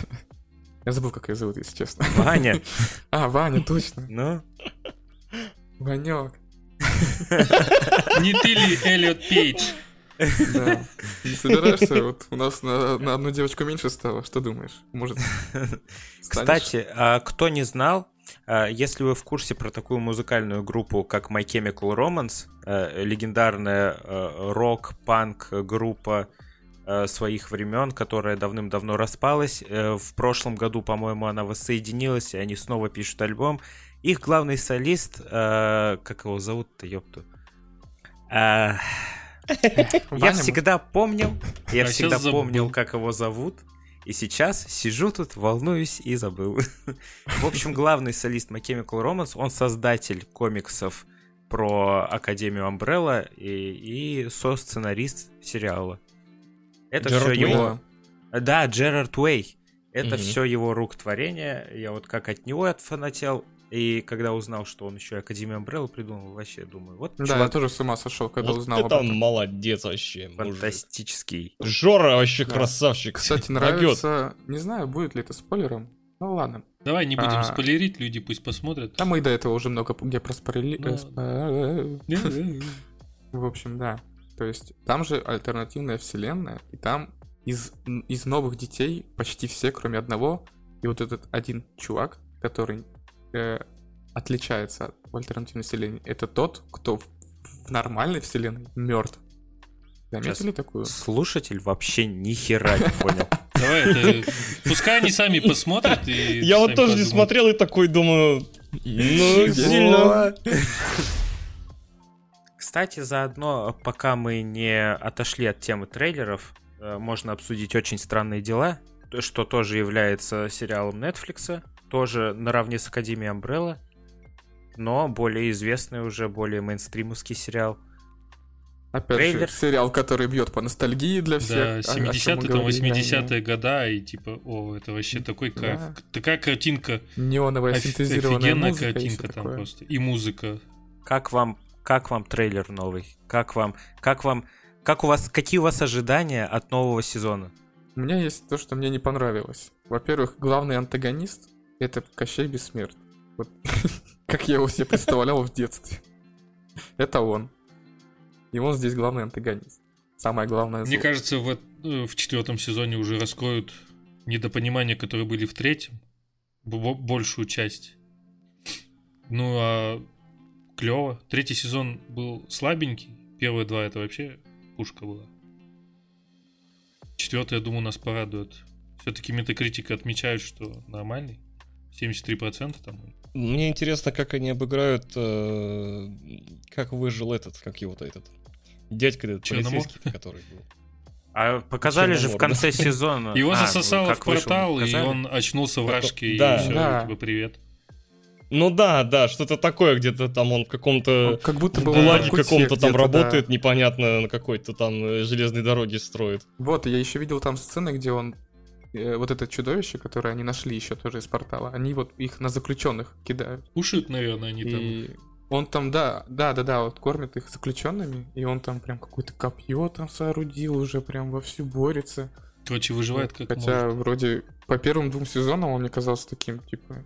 Я забыл, как ее зовут, если честно. Ваня. Ваня, точно. Ну, Ванек. Не ты ли Эллиот Пейдж? Да. Не собираешься? Вот у нас на одну девочку меньше стало. Что думаешь? Может, станешь? Кстати, кто не знал, если вы в курсе про такую музыкальную группу, как My Chemical Romance, легендарная рок-панк-группа своих времен, которая давным-давно распалась. В прошлом году, по-моему, она воссоединилась, и они снова пишут альбом. Их главный солист, как его зовут-то, ёпту? Я всегда помнил, как его зовут. И сейчас сижу тут, волнуюсь и забыл. В общем, главный солист My Chemical Romance, он создатель комиксов про Академию Umbrella и со-сценарист сериала. Это все его... Да, Джерард Уэй. Это все его рук творения. Я вот как от него отфанател. И когда узнал, что он еще и Академию Umbrella придумал, вообще думаю, вот Да, чувак я тоже с ума сошел, когда Вот узнал об это этом. молодец вообще. фантастический. Жора вообще Да. красавчик. Кстати, Могёт. нравится... Не знаю, будет ли это спойлером. Ну ладно. Давай не будем спойлерить, люди пусть посмотрят. Да мы и до этого уже много где проспорили. Ну, В общем, да. То есть там же альтернативная вселенная, и там из новых детей почти все, кроме одного, и вот этот один чувак, который отличается от альтернативной вселенной, это тот, кто в нормальной вселенной мертв. Заметили такую? Слушатель вообще ни хера не понял. Давай, это... Пускай они сами посмотрят и... Я вот сами тоже не подумают. смотрел и такой думаю, ну, сильно. Кстати, заодно, пока мы не отошли от темы трейлеров, можно обсудить «Очень странные дела», что тоже является сериалом Netflix, тоже наравне с Академией Umbrella, но более известный уже, более мейнстримовский сериал. Опять Трейлер. же, сериал, который бьет по ностальгии для всех. Да, о чем мы 70-е, там говорили 80-е года, и типа, о, это вообще такой кайф. Да. Такая картинка, Неоновая синтезированная офигенная музыка и картинка всё там такое. просто. И музыка. Как вам трейлер новый? Какие у вас ожидания от нового сезона? У меня есть то, что мне не понравилось. Во-первых, главный антагонист — это Кощей Бессмертный. Вот как я его себе представлял в детстве. Это он. И он здесь главный антагонист. Самое главное Мне зло. кажется, в 4-м сезоне уже раскроют недопонимания, которые были в 3-м, большую часть. Ну, а клево. 3-й сезон был слабенький, первые 2 это вообще пушка была. 4-й, я думаю, нас порадует. Все-таки Metacritic отмечают, что нормальный. 73% там. Мне интересно, как они обыграют, как выжил как его-то этот дядька этот Черномор? полицейский, который был. А показали же в Черномор, конце сезона. Его засосало как в портал, вышел, и показали? он очнулся в Рашке, Да, и все, да. типа, привет. Ну да, что-то такое, где-то там он в каком-то Как будто в бы ГУЛАГе в Воркуте каком-то там где-то, работает, да. непонятно, на какой-то там железной дороге строит. Вот, я еще видел там сцены, где он вот это чудовище, которое они нашли еще тоже из портала, они вот их на заключенных кидают. Кушают, наверное, они там. И он там, да, вот кормит их заключенными, и он там прям какое-то копье там соорудил, уже прям вовсю борется. Короче, выживает как Хотя может. вроде по первым 2 сезонам он мне казался таким, типа,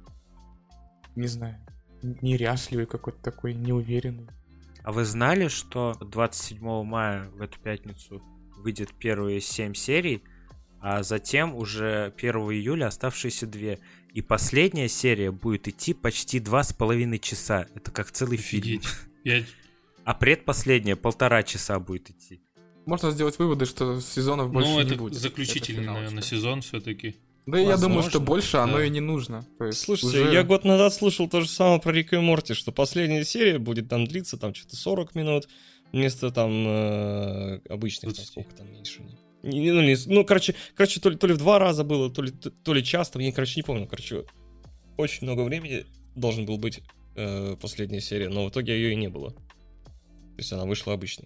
не знаю, неряшливый какой-то такой, неуверенный. А вы знали, что 27 мая в эту пятницу выйдет первые 7 серий, а затем уже 1 июля оставшиеся 2. И последняя серия будет идти почти 2,5 часа. Это как целый фильм. Офигеть. Я... А предпоследняя 1,5 часа будет идти. Можно сделать выводы, что сезонов больше Ну, не это будет. заключительный, Это наверное, финалочка. сезон все-таки. Да, я думаю, что Возможно, больше оно да. и не нужно. То есть Слушайте, уже- я год назад слышал то же самое про Рика и Морти, что последняя серия будет там длиться там что-то 40 минут, вместо там обычных, там, 20. сколько там меньше. Короче, то ли в 2 раза было, то ли часто, я, короче, не помню. Короче, очень много времени должен был быть последняя серия, но в итоге ее и не было. То есть она вышла обычно.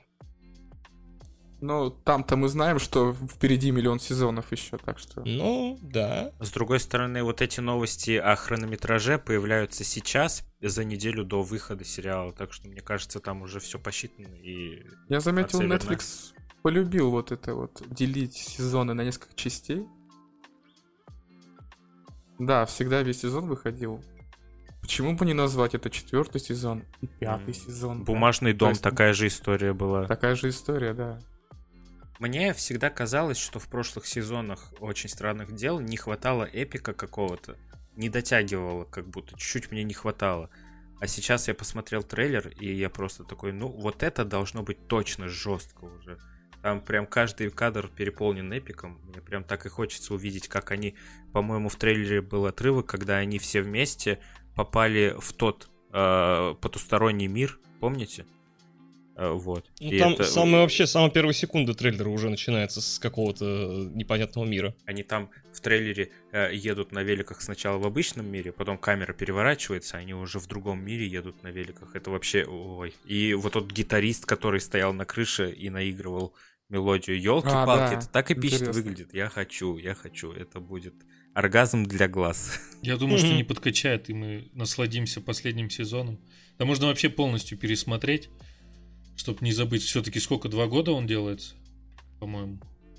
Ну, там-то мы знаем, что впереди миллион сезонов еще, так что... Ну, да. С другой стороны, вот эти новости о хронометраже появляются сейчас, за неделю до выхода сериала. Так что, мне кажется, там уже все посчитано. И Я заметил, Отца видна. Netflix полюбил вот это вот, делить сезоны на несколько частей. Да, всегда весь сезон выходил почему бы не назвать это 4-й сезон и 5-й сезон? «Бумажный да? дом», То есть, такая же история была. Такая же история, да. Мне всегда казалось, что в прошлых сезонах «Очень странных дел» не хватало эпика какого-то. Не дотягивало, как будто чуть-чуть мне не хватало. А сейчас я посмотрел трейлер, и я просто такой, ну вот это должно быть точно жестко уже. Там прям каждый кадр переполнен эпиком. Мне прям так и хочется увидеть, как они... По-моему, в трейлере был отрывок, когда они все вместе попали в тот потусторонний мир. Помните? Вот. Ну, И там это... самые первые секунды трейлера уже начинается с какого-то непонятного мира. Они там в трейлере едут на великах сначала в обычном мире, потом камера переворачивается, они уже в другом мире едут на великах. Это вообще... Ой. И вот тот гитарист, который стоял на крыше и наигрывал мелодию «Ёлки-палки», да, это так эпично интересно. выглядит. Я хочу. Это будет оргазм для глаз. Я думаю, что не подкачает, и мы насладимся последним сезоном. Да можно вообще полностью пересмотреть, чтобы не забыть. Все-таки сколько, 2 года он делается, по-моему.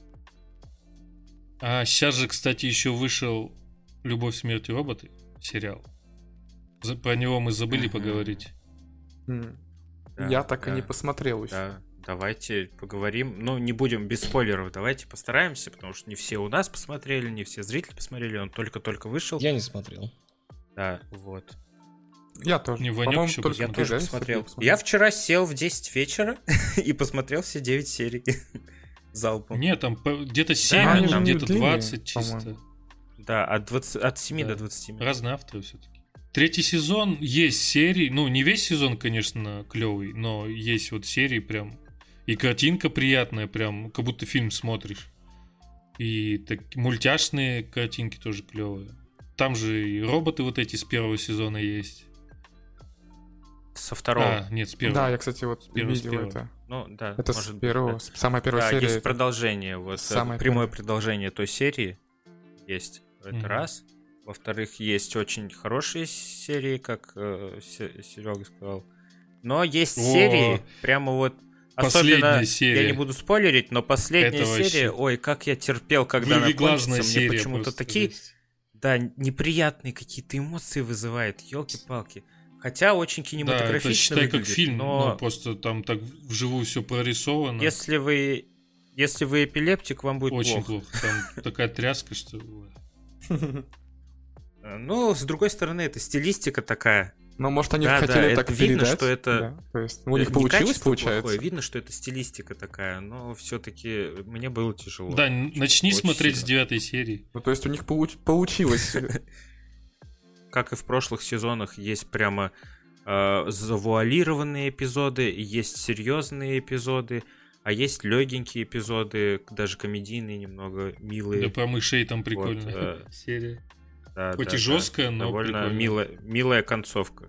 А сейчас же, кстати, еще вышел «Любовь, смерть и роботы» сериал. Про него мы забыли поговорить. Да, Я так и да. не посмотрел еще. Да, давайте поговорим. Ну, не будем без спойлеров, давайте постараемся, потому что не все у нас посмотрели, не все зрители посмотрели, он только-только вышел. Я не смотрел. Да, вот. Я тоже. Не, Ванёк По-моему, ещё только Я ты, тоже да, посмотрел. Сергей, посмотрел? Я вчера сел в 10 вечера и посмотрел все 9 серий залпом. Нет, там где-то 7 Да, минут, там где-то длиннее, 20 чисто. по-моему. Да, от 7 Да. до 20 минут. Разные авторы все-таки. 3-й сезон есть серии. Ну, не весь сезон, конечно, клевый, но есть вот серии прям. И картинка приятная, прям, как будто фильм смотришь. И так, мультяшные картинки тоже клевые. Там же и роботы вот эти с 1-го сезона есть. Со второго. Нет, с 1-го. Да, я, кстати, вот первого, с видел первого. это. Ну, да, Это может с быть, первого, да. самая первая Да, серия. есть это- продолжение. Вот самое прямое первое. продолжение той серии есть. Это Мгм. раз. Во-вторых, есть очень хорошие серии, как Серега сказал. Но есть О, серии, прямо вот. последняя Особенно, серия. я не буду спойлерить, но последняя Это вообще- серия, ой, как я терпел, когда она Вырвиглазная кончится. Мне серия почему-то просто такие, есть. да, неприятные какие-то эмоции вызывает, елки-палки. Хотя очень Да, кинематографично это считай как выглядит, фильм, но ну, просто там так вживую все прорисовано. если вы эпилептик, вам будет Очень плохо. плохо. Там такая тряска, что... ой. Ну, с другой стороны, это стилистика такая. Ну, может, они Да, хотели да, так это видно, передать. что это- Да, то есть, у них Не получилось, качество получается. плохое, видно, что это стилистика такая, но все-таки мне было тяжело. Да, начни Очень смотреть сильно. с 9-й серии. Ну, то есть, у них получилось. Как и в прошлых сезонах, есть прямо завуалированные эпизоды, есть серьезные эпизоды, а есть легенькие эпизоды, даже комедийные, немного милые. Да, про мышей там прикольная э, серия. Да, Хоть да, и жесткая, но довольно прикольная. милая концовка.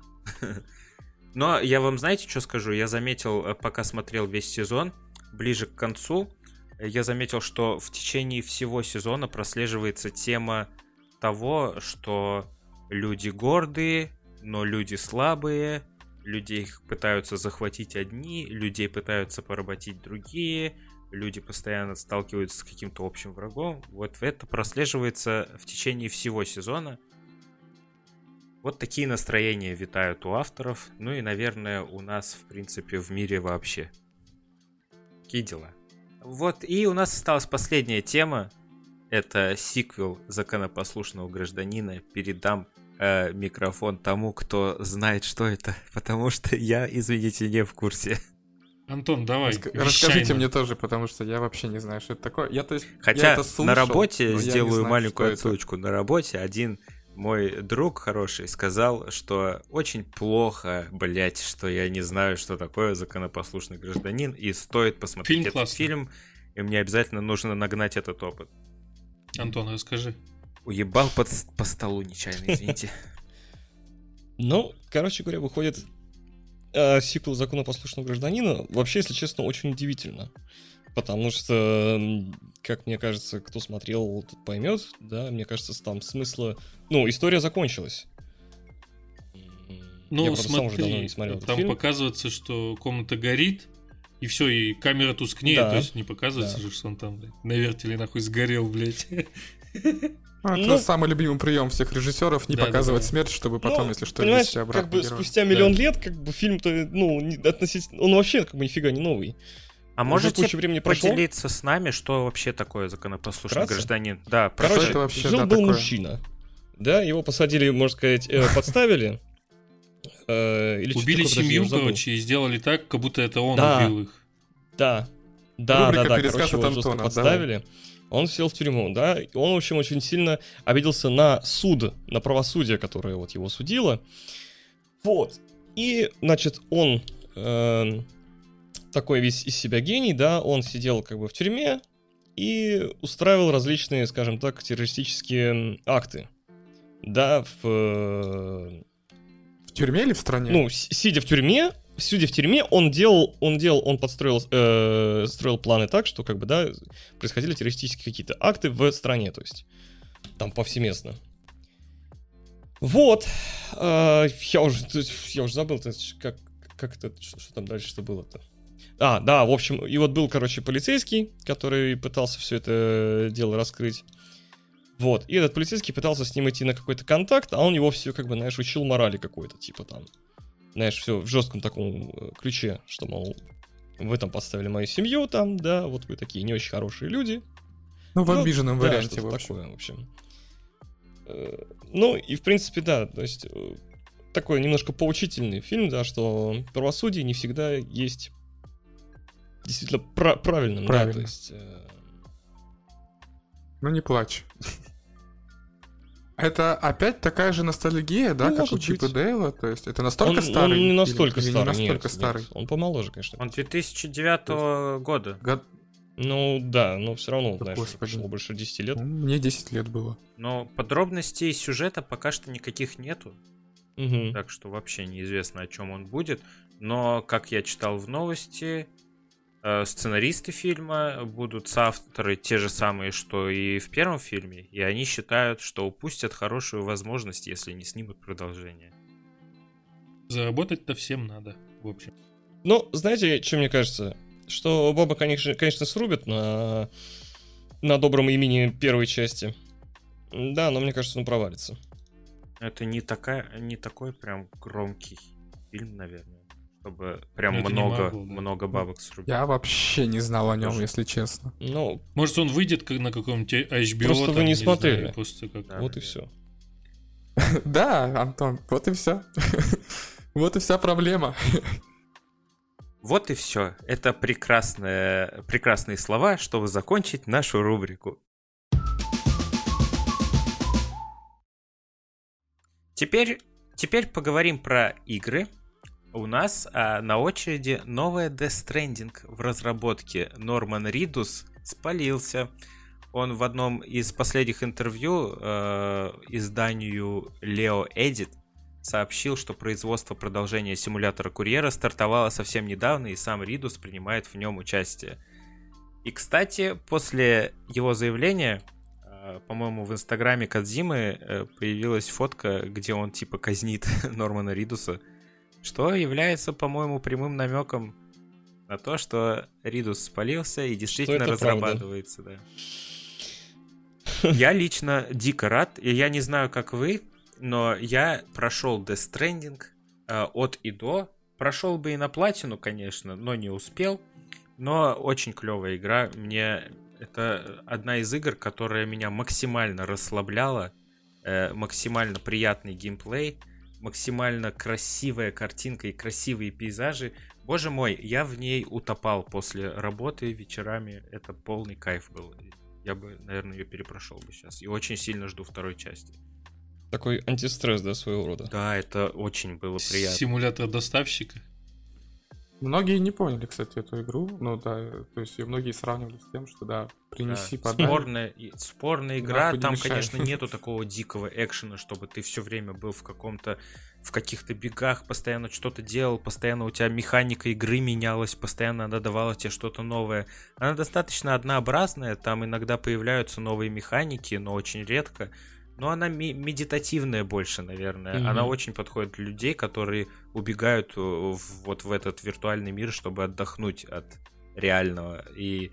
Но я вам, знаете, что скажу? Я заметил, пока смотрел весь сезон, ближе к концу, я заметил, что в течение всего сезона прослеживается тема того, что люди гордые, но люди слабые, людей пытаются захватить одни, людей пытаются поработить другие, люди постоянно сталкиваются с каким-то общим врагом. Вот это прослеживается в течение всего сезона. Вот такие настроения витают у авторов, ну и, наверное, у нас, в принципе, в мире вообще. Такие дела. Вот, и у нас осталась последняя тема. Это сиквел «Законопослушного гражданина». Передам микрофон тому, кто знает, что это, потому что я, извините, не в курсе. Антон, давай. Расскажите вещай мне нам. тоже, потому что я вообще не знаю, что это такое. Я, то есть, я Хотя это слушал, на работе, но я не сделаю знаю, маленькую что это. отсылочку, на работе один мой друг хороший сказал, что очень плохо, блять, что я не знаю, что такое законопослушный гражданин, и стоит посмотреть Фильм этот классный. фильм, и мне обязательно нужно нагнать этот опыт. Антон, расскажи. Уебал по столу нечаянно, извините. Ну, короче говоря, выходит сиквел «Законопослушного гражданина». Вообще, если честно, очень удивительно. Потому что, как мне кажется, кто смотрел, тот поймет, да, мне кажется, там смысла... Ну, история закончилась. Ну, Я просто сам уже давно смотри, не смотрел этот там фильм. показывается, что комната горит, и все, и камера тускнеет, Да, то есть не показывается да. же, что он там, блядь, на вертеле нахуй сгорел, блядь. Это самый любимый прием всех режиссеров — не показывать смерть, чтобы потом, если что, вести обратно как бы героя. спустя миллион лет, как бы фильм-то, относительно, он вообще как бы нифига не новый. А Уже можете куча времени прошло. поделиться с нами, что вообще такое законопослушный Вкратце? гражданин? Да, Короче, прошу. это вообще, жил-был такое. мужчина. Да, его посадили, можно сказать, подставили. Или что Убили такое, подожди, я семью, уже забыл. короче, и сделали так, как будто это он Да. убил их. Да, Рубрика короче, «Пересказ его от жестко Антона», подставили. Он сел в тюрьму, да, и он, в общем, очень сильно обиделся на суд, на правосудие, которое вот его судило. Вот. И, значит, он такой весь из себя гений, да, он сидел как бы в тюрьме и устраивал различные, скажем так, террористические акты. Да, В тюрьме или в стране? ну, сидя в тюрьме, он строил планы так, что как бы, да, происходили террористические какие-то акты в стране, то есть там повсеместно. Вот. Я уже забыл, как это, что там дальше-то было-то. Да, в общем, и вот был, короче, полицейский, который пытался все это дело раскрыть. Вот, и этот полицейский пытался с ним идти на какой-то контакт, а он его все, как бы, знаешь, учил морали какой-то, типа там, знаешь, все в жестком таком ключе, что, мол, вы там подставили мою семью, там, да, вот вы такие не очень хорошие люди. Ну, в обиженном да, варианте, что-то в общем. такое, в общем. Ну, и, в принципе, да, то есть, такой немножко поучительный фильм, да, что правосудие не всегда есть действительно правильным, да, то есть... Ну, не плачь. Это опять такая же ностальгия, да, Ну, как у может Чипа быть. Дейла? То есть это настолько старый? Он не настолько или старый, не настолько нет, старый? нет, он помоложе, конечно. Он 2009 года. Ну, да, но все равно, Да, знаешь, господи. прошло больше 10 лет. Ну, мне 10 лет было. Но подробностей сюжета пока что никаких нету. Мгм. Так что вообще неизвестно, о чем он будет. Но, как я читал в новости, сценаристы фильма будут соавторы те же самые, что и в первом фильме. И они считают, что упустят хорошую возможность, если не снимут продолжение. Заработать-то всем надо, в общем. Ну, знаете, что мне кажется? Что Боба, конечно, срубят на добром имени первой части. Да, но мне кажется, он провалится. Это не такой прям громкий фильм, наверное. Чтобы прям Ну, это не Marvel, да. много бабок срубить. Я вообще не знал о нем, Тоже. если честно. Ну, Может, он выйдет на каком-нибудь HBO. Просто вы там, не знаю, смотрели. просто как... Да. вот и все. Да, Антон, вот и все. Вот и вся проблема. Вот и все. Это прекрасные слова, чтобы закончить нашу рубрику. Теперь поговорим про игры. У нас на очереди новая Death Stranding в разработке. Норман Ридус спалился. Он в одном из последних интервью изданию Leo Edit сообщил, что производство продолжения симулятора курьера стартовало совсем недавно, и сам Ридус принимает в нем участие. И, кстати, после его заявления, по-моему, в инстаграме Кодзимы появилась фотка, где он типа казнит Нормана Ридуса, что является, по-моему, прямым намеком на то, что Ридус спалился и действительно это разрабатывается. Да. Я лично дико рад, и я не знаю, как вы, но я прошел Death Stranding от и до. Прошел бы и на платину, конечно, но не успел. Но очень клевая игра. Это одна из игр, которая меня максимально расслабляла. Максимально приятный геймплей. Максимально красивая картинка и красивые пейзажи. Боже мой, я в ней утопал после работы вечерами. Это полный кайф был. Я бы, наверное, ее перепрошел бы сейчас. И очень сильно жду второй части. Такой антистресс, да, своего рода. Да, это очень было приятно. Симулятор доставщика. Многие не поняли, кстати, эту игру. Ну да, то есть ее многие сравнивали с тем, что да, принеси Да, подай. спорная игра. Нахуй не Там, мешай. конечно, нету такого дикого экшена, чтобы ты все время был в каких-то бегах, постоянно что-то делал, постоянно у тебя механика игры менялась, постоянно она давала тебе что-то новое. Она достаточно однообразная, там иногда появляются новые механики, но очень редко. Но она медитативная больше, наверное. Мгм. Она очень подходит для людей, которые убегают вот в этот виртуальный мир, чтобы отдохнуть от реального. И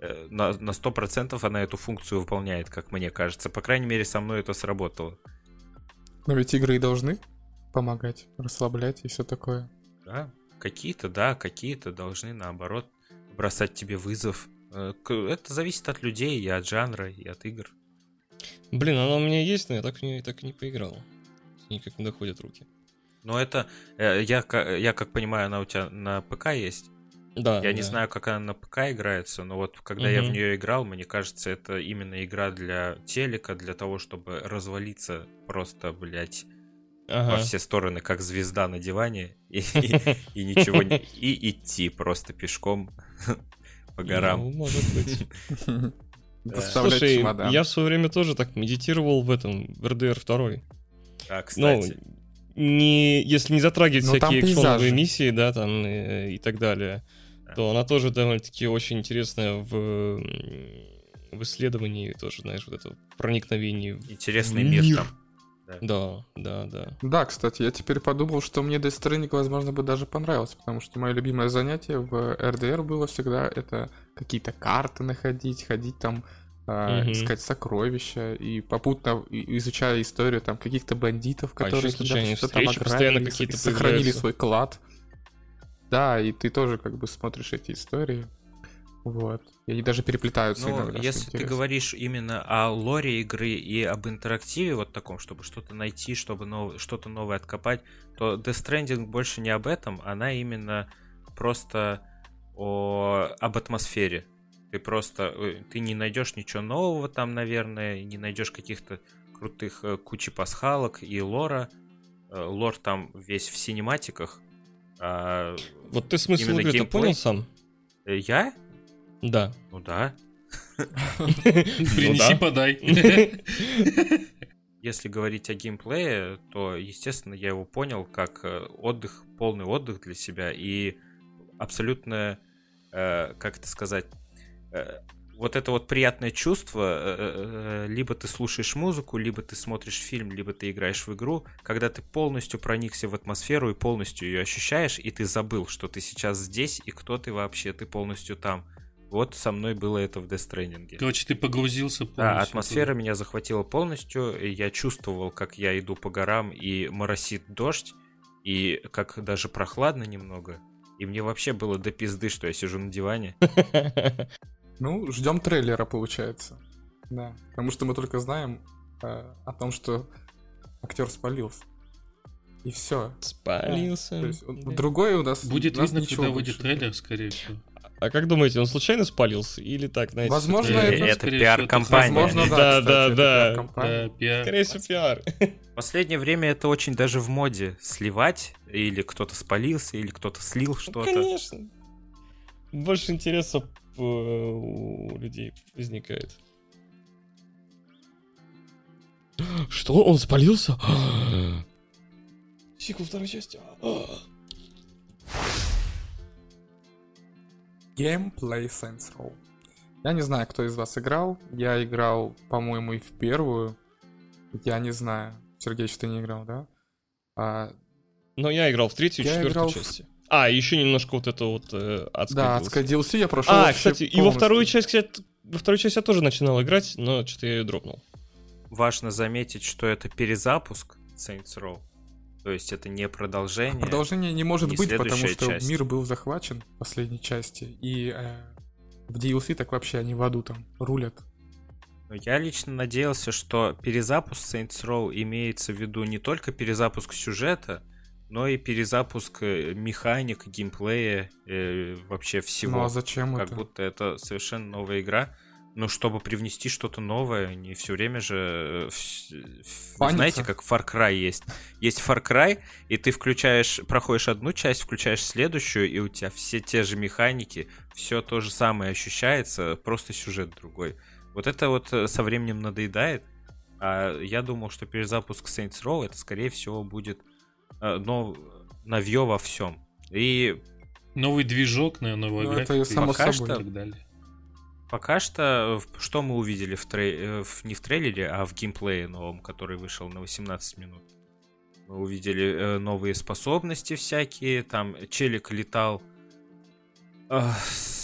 на 100% она эту функцию выполняет, как мне кажется. По крайней мере, со мной это сработало. Но ведь игры и должны помогать, расслаблять и все такое. Да, какие-то должны, наоборот, бросать тебе вызов. Это зависит от людей, и от жанра, и от игр. Блин, она у меня есть, но я так и не поиграл. Никак не доходят руки. Но это, я как понимаю, она у тебя на ПК есть. Да. Я не знаю, как она на ПК играется, но вот когда я в нее играл, мне кажется, это именно игра для телека, для того, чтобы развалиться просто, блядь, во все стороны, как звезда на диване, и ничего не... И идти просто пешком по горам. Ну, может быть. Доставлять Слушай, чемодан. я в свое время тоже так медитировал в RDR 2. А, кстати. Если не затрагивать всякие экшоновые пейзажи. миссии, да, там и так далее, то она тоже довольно-таки очень интересная в исследовании, тоже, знаешь, вот это проникновение в Интересный мир там. Да. Да, кстати, я теперь подумал, что мне Death Stranding, возможно, бы даже понравился, потому что мое любимое занятие в RDR было всегда это какие-то карты находить, ходить там, искать сокровища и попутно изучая историю там каких-то бандитов, которые еще случайные что-то там встречи постоянно ограбили, какие-то сохранили появляются. свой клад. Да, и ты тоже как бы смотришь эти истории. Вот. И они даже переплетаются Ну, иногда. если ты говоришь именно о лоре игры и об интерактиве вот таком, чтобы что-то найти, чтобы что-то новое откопать, то Death Stranding больше не об этом, она именно просто об атмосфере. Ты не найдешь ничего нового там, наверное, не найдешь каких-то крутых кучи пасхалок и лора. Лор там весь в синематиках. Вот ты смысл именно игры-то геймплей. понял сам? Я? Да. Ну да. Принеси, подай. Если говорить о геймплее, то, естественно, я его понял как отдых, полный отдых для себя и абсолютно, как это сказать, вот это вот приятное чувство, либо ты слушаешь музыку, либо ты смотришь фильм, либо ты играешь в игру, когда ты полностью проникся в атмосферу и полностью ее ощущаешь, и ты забыл, что ты сейчас здесь, и кто ты вообще, ты полностью там. Вот со мной было это в Death Stranding. Короче, ты погрузился полностью. Да, атмосфера меня захватила полностью, и я чувствовал, как я иду по горам, и моросит дождь, и как даже прохладно немного. И мне вообще было до пизды, что я сижу на диване. Ну, ждем трейлера, получается. Да. Потому что мы только знаем о том, что актер спалился. И все. Спалился. То есть, Да. другое у нас Будет у нас видно, ничего когда выйдет больше. трейлер, скорее всего. А как думаете, он случайно спалился? Или так, знаете... Возможно, всё-таки- это- Это скорее пиар-компания. Возможно, Да, да, да, кстати, это да. пиар-компания. Пиар. Скорее всего, пиар. В последнее время это очень даже в моде сливать, или кто-то спалился, или кто-то слил Ну, что-то. конечно. Больше интереса у людей возникает. Что? Он спалился? Сиквел второй части. Gameplay Saints Row. Я не знаю, кто из вас играл. Я играл, по-моему, и в первую. Я не знаю. Сергей, что ты не играл, да? Но я играл в третью и Я четвертую играл в- части. Еще немножко вот это вот адское Да, DLC. адская DLC я прошел. Кстати, и во вторую часть, я тоже начинал играть, но что-то я ее дропнул. Важно заметить, что это перезапуск Saints Row. То есть это не продолжение. Продолжение не может не быть, потому следующая что часть. мир был захвачен в последней части. И в DLC так вообще они в аду там рулят. Но я лично надеялся, что перезапуск Saints Row имеется в виду не только перезапуск сюжета, но и перезапуск механик, геймплея, вообще всего. Ну а зачем Как это? будто это совершенно новая игра. Но чтобы привнести что-то новое, не все время же... Паника. Знаете, как Far Cry есть? Есть Far Cry, и ты проходишь одну часть, включаешь следующую, и у тебя все те же механики, все то же самое ощущается, просто сюжет другой. Вот это вот со временем надоедает. А я думал, что перезапуск Saints Row это, скорее всего, будет новье во всем. И Новый движок, наверное, новая Ну, графика. это и само пока собой. что- так далее. пока что, что мы увидели не в трейлере, а в геймплее новом, который вышел на 18 минут. Мы увидели новые способности всякие, там челик летал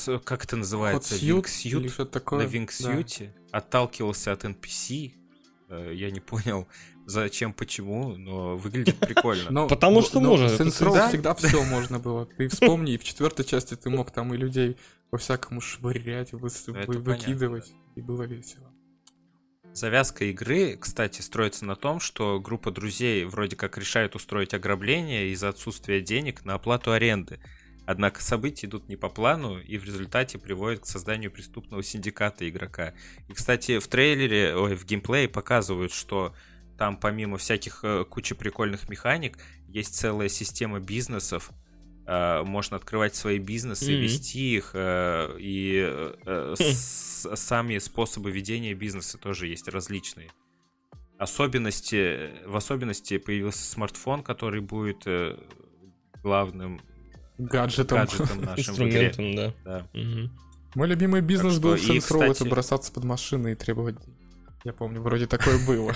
как это называется? Hotsuit Wingsuit? или что-то такое. На Wingsuit отталкивался от NPC. Я не понял, зачем, почему, но выглядит прикольно. Потому что можно, это Saints Row всегда. всегда все можно было. Ты вспомни, и в 4-й части ты мог там и людей по-всякому швырять, выкидывать, и было весело. Завязка игры, кстати, строится на том, что группа друзей вроде как решает устроить ограбление из-за отсутствия денег на оплату аренды. Однако события идут не по плану и в результате приводят к созданию преступного синдиката игрока. И, кстати, в геймплее показывают, что там помимо всяких кучи прикольных механик есть целая система бизнесов. Можно открывать свои бизнесы, вести их, и сами способы ведения бизнеса тоже есть различные. В особенности появился смартфон, который будет главным гаджетом нашим в игре. Инструментом, да. Мой любимый бизнес Так был что в и, Saints Row, кстати- это бросаться под машины и требовать денег. Я помню, вроде такое было.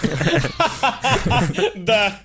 Да.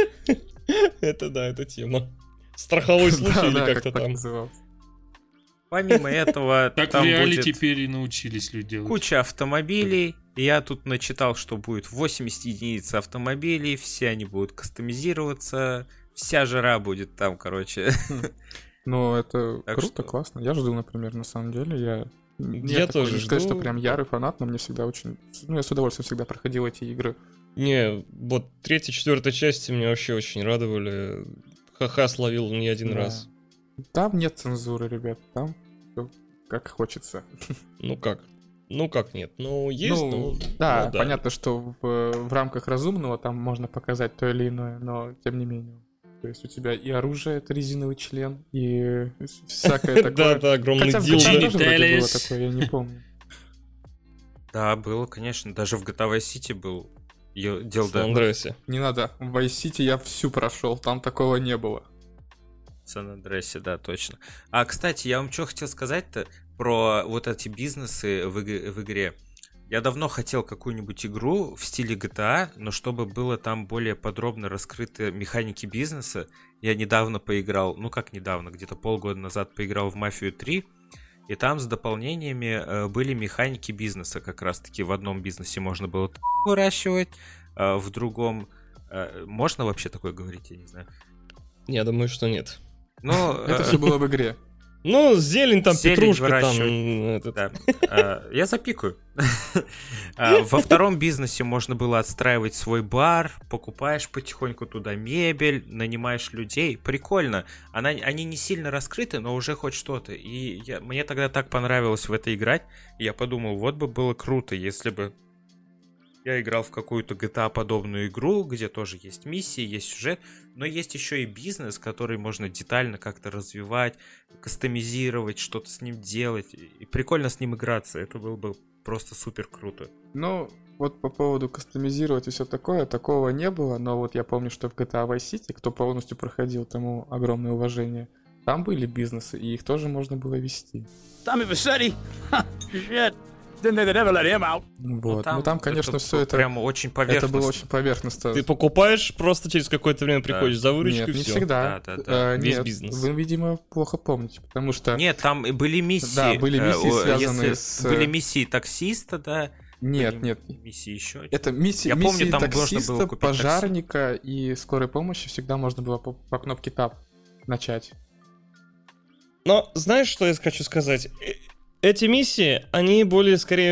Это тема. Страховой случай или Да, как-то как так там. назывался. Помимо этого, Так в там реале будет теперь и научились люди делать. куча автомобилей. Я тут начитал, что будет 80 единиц автомобилей, все они будут кастомизироваться, вся жара будет там, короче. Ну, это Так круто, что- классно. Я жду, например, на самом деле. Я такой, тоже не сказать, жду. что прям ярый фанат, но мне всегда очень... Ну, я с удовольствием всегда проходил эти игры. Не, вот 3-4 части меня вообще очень радовали. Ха-ха словил не один Да. раз. Там нет цензуры, ребят. Там всё как хочется. Ну как? Ну как нет? Ну есть, Ну, ну... да, ну понятно, что в рамках разумного там можно показать то или иное, но тем не менее. То есть у тебя и оружие, это резиновый член, и всякое такое. Да, огромный Хотя в дилдо. GTA тоже вроде было Genitalis. такое, я не помню. Да, было, конечно. Даже в GTA Vice City был В Дилда. Сан-Андреасе. Не надо, в Vice City я всю прошел, там такого не было. В Сан-Андресе, да, точно. А, кстати, я вам что хотел сказать-то про вот эти бизнесы в игре. Я давно хотел какую-нибудь игру в стиле GTA, но чтобы было там более подробно раскрыты механики бизнеса. Я недавно поиграл, ну как недавно, где-то полгода назад поиграл в Мафию 3, и там с дополнениями были механики бизнеса. Как раз-таки в одном бизнесе можно было выращивать, в другом... Можно вообще такое говорить, я не знаю. Я думаю, что нет. Но, Это все было в игре. Ну, зелень там, Зелень петрушка там... выращивать. этот. Да. Я запикаю. Во втором бизнесе можно было отстраивать свой бар, покупаешь потихоньку туда мебель, нанимаешь людей. Прикольно. Они не сильно раскрыты, но уже хоть что-то. И мне тогда так понравилось в это играть. И я подумал, вот бы было круто, если бы я играл в какую-то GTA-подобную игру, где тоже есть миссии, есть сюжет, но есть еще и бизнес, который можно детально как-то развивать, кастомизировать, что-то с ним делать. И прикольно с ним играться. Это было бы просто супер круто. Ну, вот по поводу кастомизировать и все такое, такого не было, но вот я помню, что в GTA Vice City, кто полностью проходил, тому огромное уважение, там были бизнесы, и их тоже можно было вести. Tommy Vercetti? Shit. Didn't think they'd ever let him out. Вот. Ну там, конечно, все это... Прямо очень Это поверхностно. было очень поверхностно. Ты покупаешь, просто через какое-то время приходишь за выручкой, Нет, и не все. всегда. Да. Весь Нет, бизнес. вы, видимо, плохо помните, потому что... Нет, там и были миссии. Да, были миссии, связанные если с... Были миссии таксиста, да. Нет, были нет. Миссии еще. Это миссии, Я помню, миссии там можно было таксиста, купить пожарника и скорой помощи всегда можно было по кнопке Tab начать. Но знаешь, что я хочу сказать? Эти миссии, они более скорее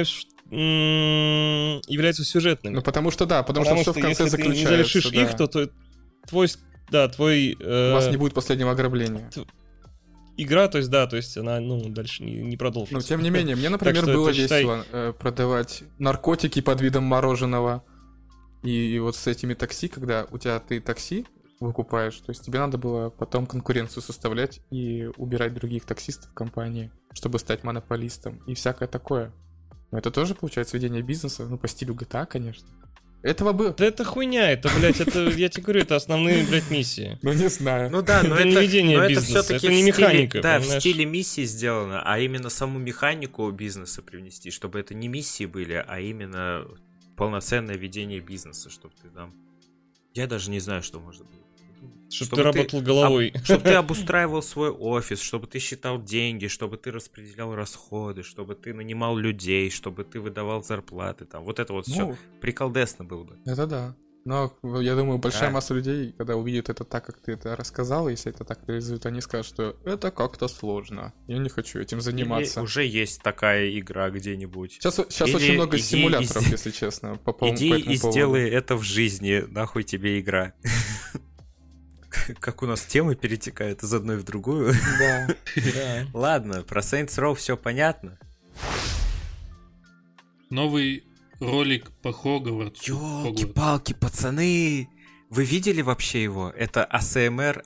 являются сюжетными. Ну, потому что да, потому что все в конце если ты не заключается. завершишь да. их, то твой... Да, твой... У вас не будет последнего ограбления. Игра, то есть, да, то есть она, дальше не продолжится. Но тем не менее, мне, например, что было это, считай- весело продавать наркотики под видом мороженого. И вот с этими такси, когда у тебя ты такси выкупаешь, то есть тебе надо было потом конкуренцию составлять и убирать других таксистов в компании, чтобы стать монополистом и всякое такое. Но это тоже, получается, ведение бизнеса, по стилю GTA, конечно. Этого было... Да это хуйня, это, блядь, это, я тебе говорю, это основные, блядь, миссии. Ну, не знаю. Ну да, но Это не ведение но это бизнеса, все-таки это не механика, Да, в понимаешь? стиле миссии сделано, а именно саму механику бизнеса привнести, чтобы это не миссии были, а именно полноценное ведение бизнеса, чтобы ты там... Я даже не знаю, что можно было придумать. Чтобы ты работал головой. Чтобы ты обустраивал свой офис, чтобы ты считал деньги, чтобы ты распределял расходы, чтобы ты нанимал людей, чтобы ты выдавал зарплаты. Там. Вот это вот все приколдесно было бы. Это да. Но я думаю, большая масса людей, когда увидят это так, как ты это рассказал, если это так реализуют, они скажут, что это как-то сложно. Я не хочу этим заниматься. Или уже есть такая игра где-нибудь. Сейчас очень много симуляторов, если честно, иди и сделай это в жизни, нахуй тебе игра. Как у нас темы перетекают из одной в другую. Да. Ладно, про Saints Row все понятно. Новый ролик по Хогвартсу. Ёлки-палки, пацаны! Вы видели вообще его? Это ASMR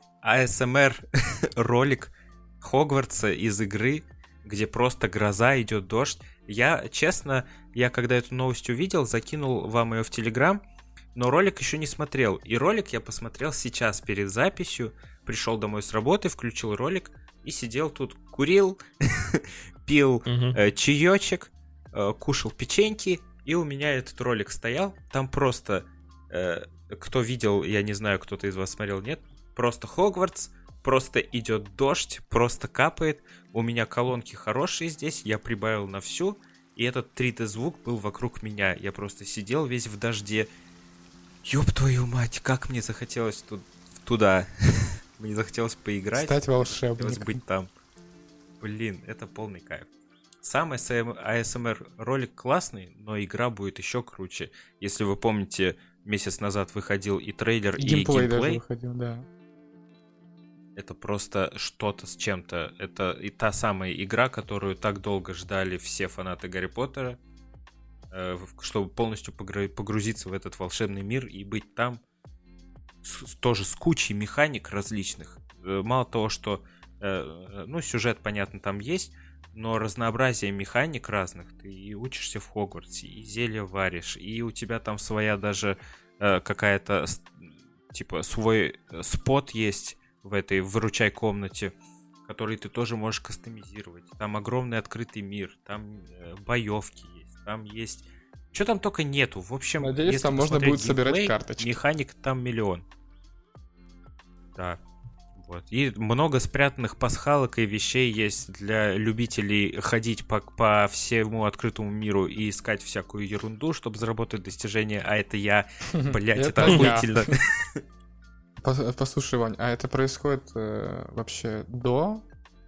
ролик Хогвартса из игры, где просто гроза, идет дождь. Я когда эту новость увидел, закинул вам ее в Телеграм, но ролик еще не смотрел. И ролик я посмотрел сейчас перед записью. Пришел домой с работы, включил ролик и сидел тут, курил, пил чаечек, кушал печеньки. И у меня этот ролик стоял. Там просто, кто видел, я не знаю, кто-то из вас смотрел, нет. Просто Хогвартс, просто идет дождь, просто капает. У меня колонки хорошие здесь, я прибавил на всю. И этот 3D звук был вокруг меня. Я просто сидел весь в дожде. Ёб твою мать, как мне захотелось туда. Мне захотелось поиграть. Стать волшебником. Захотелось быть там. Блин, это полный кайф. Сам ASMR ролик классный, но игра будет еще круче. Если вы помните, месяц назад выходил и трейлер, и геймплей. Даже выходил, да. Это просто что-то с чем-то. Это и та самая игра, которую так долго ждали все фанаты Гарри Поттера, чтобы полностью погрузиться в этот волшебный мир и быть там тоже с кучей механик различных. Мало того, что сюжет, понятно, там есть, но разнообразие механик разных. Ты и учишься в Хогвартсе, и зелья варишь, и у тебя там своя даже какая-то, типа, свой спот есть в этой выручай комнате, который ты тоже можешь кастомизировать. Там огромный открытый мир, там боевки есть, там есть... Что там только нету. В общем, надеюсь, если там можно будет геймплей, собирать карточки. Механик там миллион. Да. Вот. И много спрятанных пасхалок и вещей есть для любителей ходить по всему открытому миру и искать всякую ерунду, чтобы заработать достижения. А это я, блять, это охуительно. Послушай, Вань, а это происходит вообще до?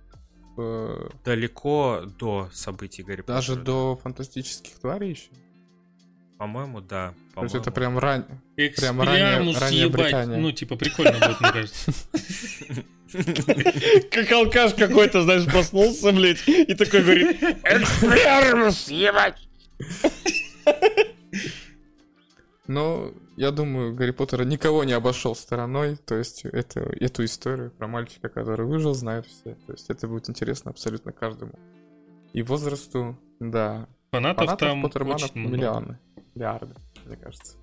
Далеко до событий Гарри Поттера. Даже до фантастических тварей еще? По-моему, да. То есть это прям ранее ранее Британия. Ну, типа, прикольно будет, мне кажется. Как алкаш какой-то, знаешь, проснулся, блядь, и такой говорит: «Экспириамус, ебать!» Ну, я думаю, Гарри Поттер никого не обошел стороной. То есть эту историю про мальчика, который выжил, знают все. То есть это будет интересно абсолютно каждому. И возрасту, да. Фанатов там Поттерманов очень много. Миллиарды, мне кажется.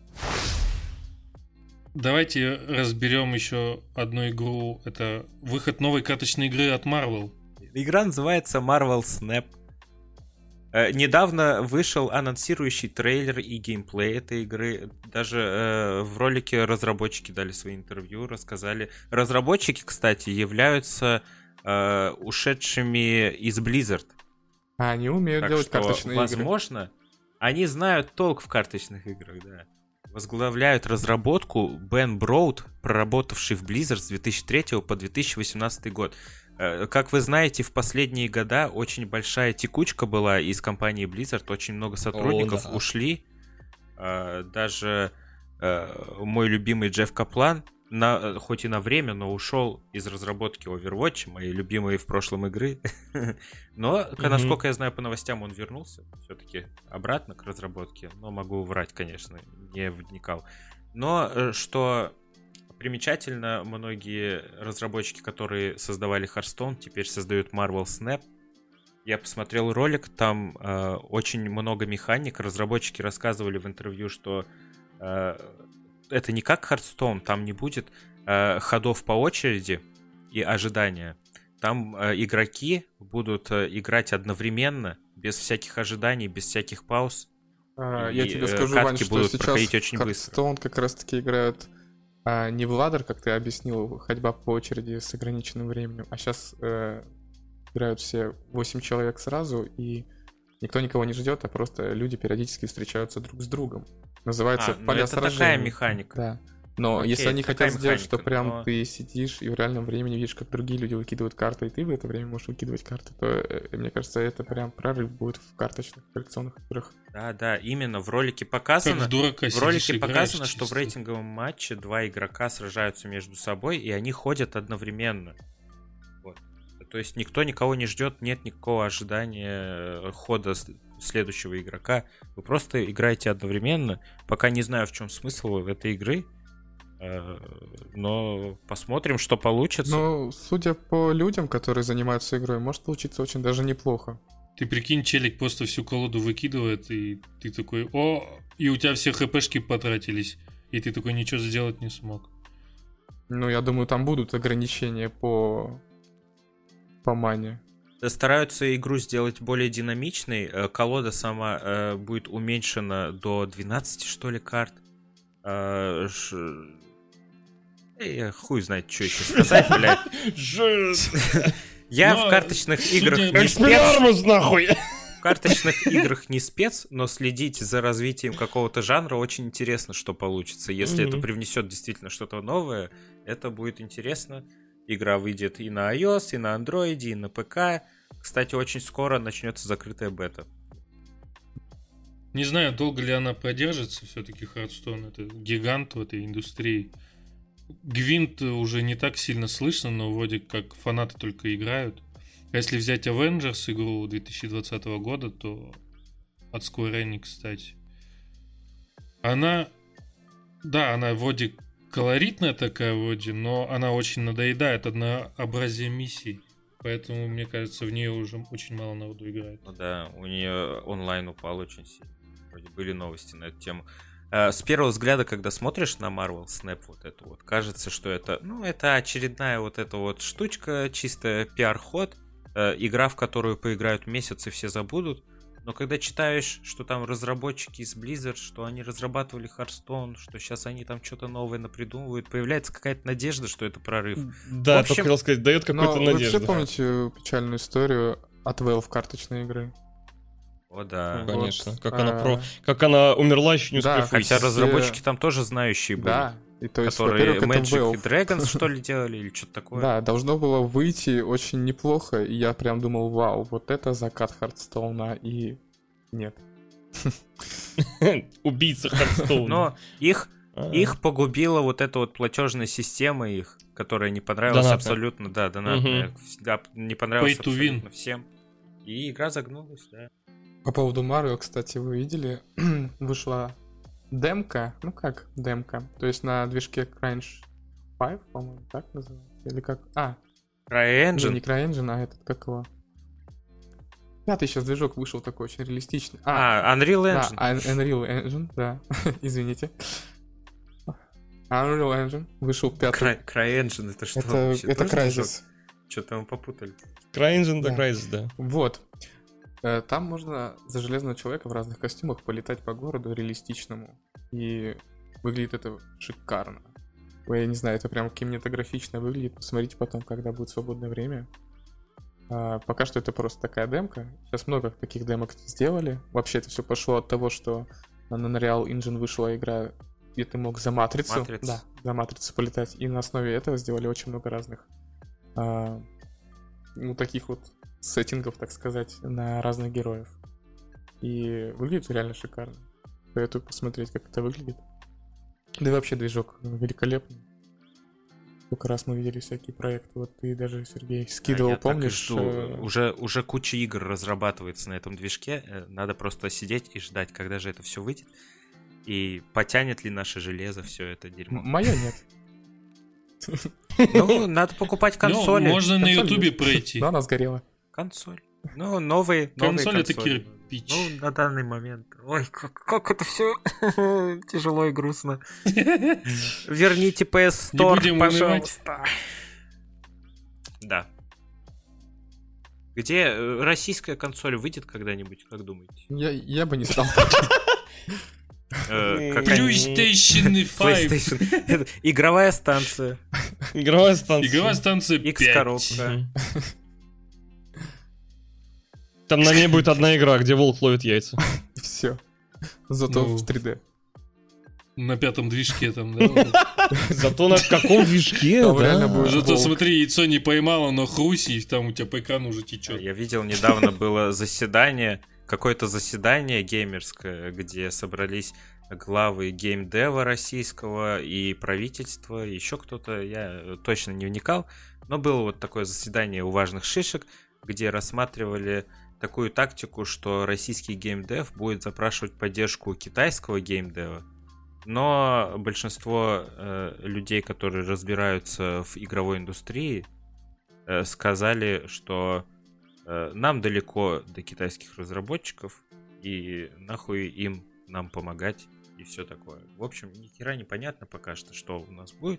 Давайте разберем еще одну игру. Это выход новой карточной игры от Marvel. Игра называется Marvel Snap. Недавно вышел анонсирующий трейлер и геймплей этой игры. Даже в ролике разработчики дали свои интервью, рассказали. Разработчики, кстати, являются ушедшими из Blizzard. А они умеют делать карточные игры. Возможно, они знают толк в карточных играх, да. Возглавляют разработку Бен Броуд, проработавший в Blizzard с 2003 по 2018 год. Как вы знаете, в последние года очень большая текучка была из компании Blizzard, очень много сотрудников ушли. Даже мой любимый Джефф Каплан, хоть и на время, но ушел из разработки Overwatch, моей любимой в прошлом игры. Но, насколько я знаю по новостям, он вернулся все-таки обратно к разработке. Но могу врать, конечно, не вникал. Но что примечательно, многие разработчики, которые создавали Hearthstone, теперь создают Marvel Snap. Я посмотрел ролик, там очень много механик. Разработчики рассказывали в интервью, что это не как Hearthstone, там не будет ходов по очереди и ожидания. Там игроки будут играть одновременно, без всяких ожиданий, без всяких пауз. Я тебе скажу, Вань, что сейчас очень Hearthstone как раз-таки играют Не в ладер, как ты объяснил, ходьба по очереди с ограниченным временем, а сейчас играют все 8 человек сразу, и никто никого не ждет, а просто люди периодически встречаются друг с другом. Называется поля это сражений. такая механика. Да. Но Окей, если они такая хотят сделать, что механика, прям но- ты сидишь и в реальном времени видишь, как другие люди выкидывают карты, и ты в это время можешь выкидывать карты, то, мне кажется, это прям прорыв будет в карточных коллекционных играх. Да, именно в ролике Как показано. в дурака В ролике сидишь, играешь показано, что в чисто. рейтинговом матче 2 игрока сражаются между собой, и они ходят одновременно. Вот. То есть никто никого не ждет, нет никакого ожидания хода следующего игрока. Вы просто играете одновременно. Пока не знаю, в чем смысл этой игры, но посмотрим, что получится. Но, судя по людям, которые занимаются игрой, может получиться очень даже неплохо. Ты прикинь, челик просто всю колоду выкидывает, и ты такой, о, и у тебя все хпшки потратились, и ты такой ничего сделать не смог. Ну, я думаю, там будут ограничения по мане. Стараются игру сделать более динамичной. Колода сама будет уменьшена до 12, что ли, карт. Я хуй знает, что еще сказать, блядь. Жесть. Я Но, в карточных играх судя- не спец. Экспеллиармус, нахуй! В карточных играх не спец, но следить за развитием какого-то жанра очень интересно, что получится. Если это привнесет действительно что-то новое, это будет интересно. Игра выйдет и на iOS, и на Android, и на ПК. Кстати, очень скоро начнется закрытая бета. Не знаю, долго ли она продержится, все-таки Hearthstone это гигант в этой индустрии. Гвинт уже не так сильно слышно, но вроде как фанаты только играют. А если взять Avengers игру 2020 года, то от Square Enix, кстати. Она вроде колоритная такая вроде, но она очень надоедает однообразие миссий. Поэтому, мне кажется, в нее уже очень мало народу играет. Ну да, у нее онлайн упал очень сильно. Вроде были новости на эту тему. С первого взгляда, когда смотришь на Marvel Snap вот эту вот, кажется, что это очередная вот эта вот штучка, чисто пиар-ход, игра, в которую поиграют месяц и все забудут. Но когда читаешь, что там разработчики из Blizzard, что они разрабатывали Hearthstone, что сейчас они там что-то новое напридумывают, появляется какая-то надежда, что это прорыв. Да, В общем, только хотел сказать, дает какую-то Но вы надежду. все помните печальную историю от Valve карточной игры? О, да. Ну, конечно. Вот, Как она умерла, еще не да, успев выйти. Хотя все- разработчики там тоже знающие были. Да, и то есть, Которые во-первых, это Magic Valve. Dragons, что ли, делали, или что-то такое. Да, должно было выйти очень неплохо, и я прям думал, вау, вот это закат Хардстоуна, и нет. Убийца Хардстоуна. Но их погубила вот эта вот платежная система их, которая не понравилась Донатная. абсолютно, да, донатная. Всегда не понравилась Pay to win. абсолютно всем. И игра загнулась, да. По поводу Марио, кстати, вы видели, вышла демка, ну как демка, то есть на движке CryEngine 5, по-моему, так называется, или как? CryEngine. Не CryEngine, а этот, как его? Пятый сейчас движок вышел такой очень реалистичный. Unreal Да, Engine. Unreal Engine, да, извините. Unreal Engine вышел пятый. CryEngine, это что Это вообще? Тоже Crysis. Что-то мы попутали. CryEngine, да, Да. Crysis, да. Вот. Там можно за Железного Человека в разных костюмах полетать по городу реалистичному. И выглядит это шикарно. Ой, я не знаю, это прям кинематографично выглядит. Посмотрите потом, когда будет свободное время. Пока что это просто такая демка. Сейчас много таких демок сделали. Вообще это все пошло от того, что на Unreal Engine вышла игра, где ты мог за Матрицу. Матрица. Да, за Матрицу полетать. И на основе этого сделали очень много разных таких вот сеттингов, так сказать, на разных героев. И выглядит реально шикарно. Советую посмотреть, как это выглядит. Да и вообще движок великолепный. Сколько раз мы видели всякие проекты. Вот ты даже, Сергей, скидывал, Я так и помнишь? жду. Уже куча игр разрабатывается на этом движке. Надо просто сидеть и ждать, когда же это все выйдет. И потянет ли наше железо все это дерьмо. Моя нет. Ну, надо покупать консоли. Ну, можно на Консоль Ютубе есть. пройти. Да, она сгорела. Консоль. Ну, новые Консоль это консоли. кирпич. Ну, на данный момент. Ой, как это все тяжело и грустно. Верните PS Не Store, будем пожалуйста. Да. Где российская консоль выйдет когда-нибудь, как думаете? Я бы не стал. PlayStation 5. PlayStation. Это игровая станция. Игровая станция. Игровая станция 5. X-коробка. Там на ней будет одна игра, где волк ловит яйца. Все. Зато Ну. в 3D. На 5-м движке там, да? Зато на каком движке, Там реально да? будет. Зато волк. смотри, яйцо не поймало, но хруси, и там у тебя по экрану уже течет. Я видел, недавно было заседание, какое-то заседание геймерское, где собрались главы геймдева российского и правительства, еще кто-то, я точно не вникал, но было вот такое заседание у важных шишек, где рассматривали такую тактику, что российский геймдев будет запрашивать поддержку китайского геймдева, но большинство людей, которые разбираются в игровой индустрии, сказали, что нам далеко до китайских разработчиков, и нахуй им нам помогать, и все такое. В общем, ни хера непонятно пока что у нас будет.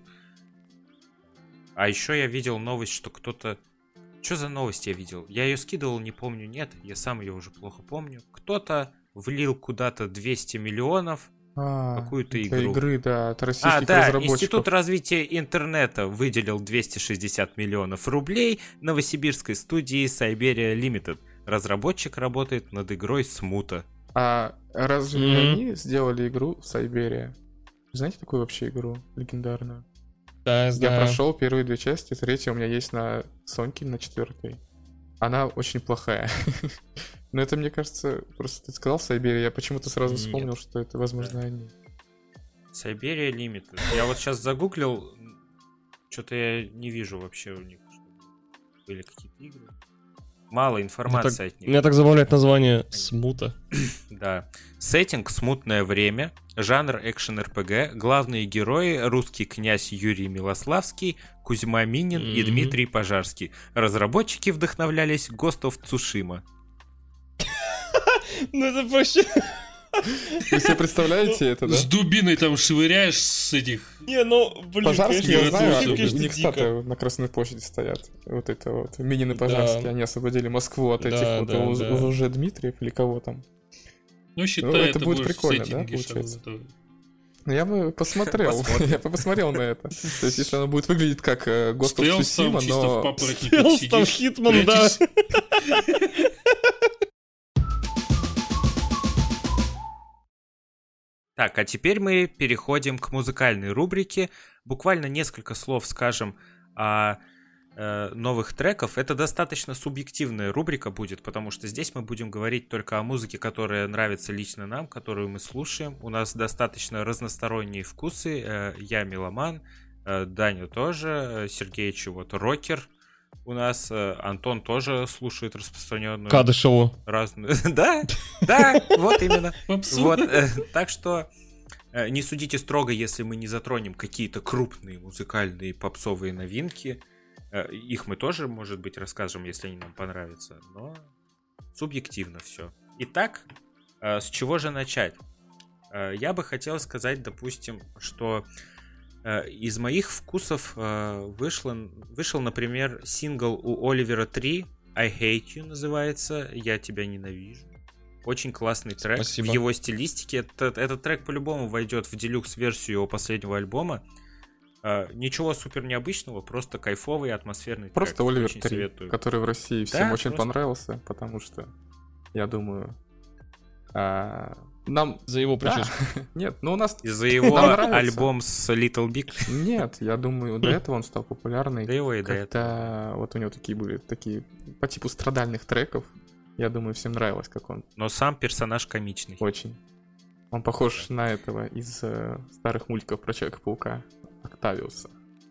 А еще я видел новость, что кто-то... Что за новость я видел? Я ее скидывал, не помню, нет. Я сам ее уже плохо помню. Кто-то влил куда-то 200 миллионов какую-то для игру. игры, да, от российских Да, разработчиков. Институт развития интернета выделил 260 миллионов рублей новосибирской студии Siberia Limited. Разработчик работает над игрой Смута. А разве не они сделали игру Siberia? Знаете такую вообще игру легендарную? Да, Я знаю. прошел первые 2 части, 3 у меня есть на Соньке, на 4. Она очень плохая. Но это, мне кажется, просто ты сказал Siberia, я почему-то сразу Нет. вспомнил, что это, возможно, они. Siberia Limited. Я вот сейчас загуглил, что-то я не вижу вообще у них, чтобы были какие-то игры. Мало информации от них. Меня так забавляет название Смута. Да. Сеттинг — смутное время. Жанр экшен-РПГ. Главные герои — русский князь Юрий Милославский, Кузьма Минин и Дмитрий Пожарский. Разработчики вдохновлялись Ghost of Tsushima. Ну это вообще... Вы себе представляете это, да? С дубиной там швыряешь с этих... Не, ну, блин, Пожарские, я конечно, знаю, звучит, у конечно, них дико. статуи на Красной площади стоят. Вот это вот, Минин и Пожарские, Да. они освободили Москву от Да, этих вот да, да. уже Дмитриев или кого там. Ну, считай, Ну, это это будет больше прикольно, да, сеттинги получается? шагнутые. Ну, я бы посмотрел. Посмотрим. Я бы посмотрел на это. То есть, если оно будет выглядеть как Ghost of Стелс там Tsushima, чисто в но... папоротниках Стелс там сидишь, Хитман, да. прячешься. Так, а теперь мы переходим к музыкальной рубрике. Буквально несколько слов скажем о новых треков. Это достаточно субъективная рубрика будет, потому что здесь мы будем говорить только о музыке, которая нравится лично нам, которую мы слушаем. У нас достаточно разносторонние вкусы. Я меломан, Даня тоже, Сергей чего-то рокер. У нас Антон тоже слушает распространенную Кадышеву. разную. Да, да, вот именно. Попсу. Вот, так что не судите строго, если мы не затронем какие-то крупные музыкальные попсовые новинки. Их мы тоже, может быть, расскажем, если они нам понравятся, но субъективно все. Итак, с чего же начать? Я бы хотел сказать, допустим, что из моих вкусов вышел, например, сингл у Оливера 3, I Hate You называется, Я тебя ненавижу. Очень классный трек. Спасибо. В его стилистике. Этот трек по-любому войдет в делюкс-версию его последнего альбома. Ничего супер необычного, просто кайфовый атмосферный трек. Просто Оливер Очень 3, советую. который в России всем Да, очень просто. понравился, потому что, я думаю, нам... За его Да. прическу. Нет, ну у нас... Из-за его Нам нравится. альбом с Little Big. Нет, я думаю, до этого он стал популярный. Да его и до этого. Когда вот у него такие были, такие по типу страдальных треков. Я думаю, всем нравилось, как он Но сам персонаж комичный. очень. Он похож на этого из старых мультиков про Человека-паука, Октавиуса.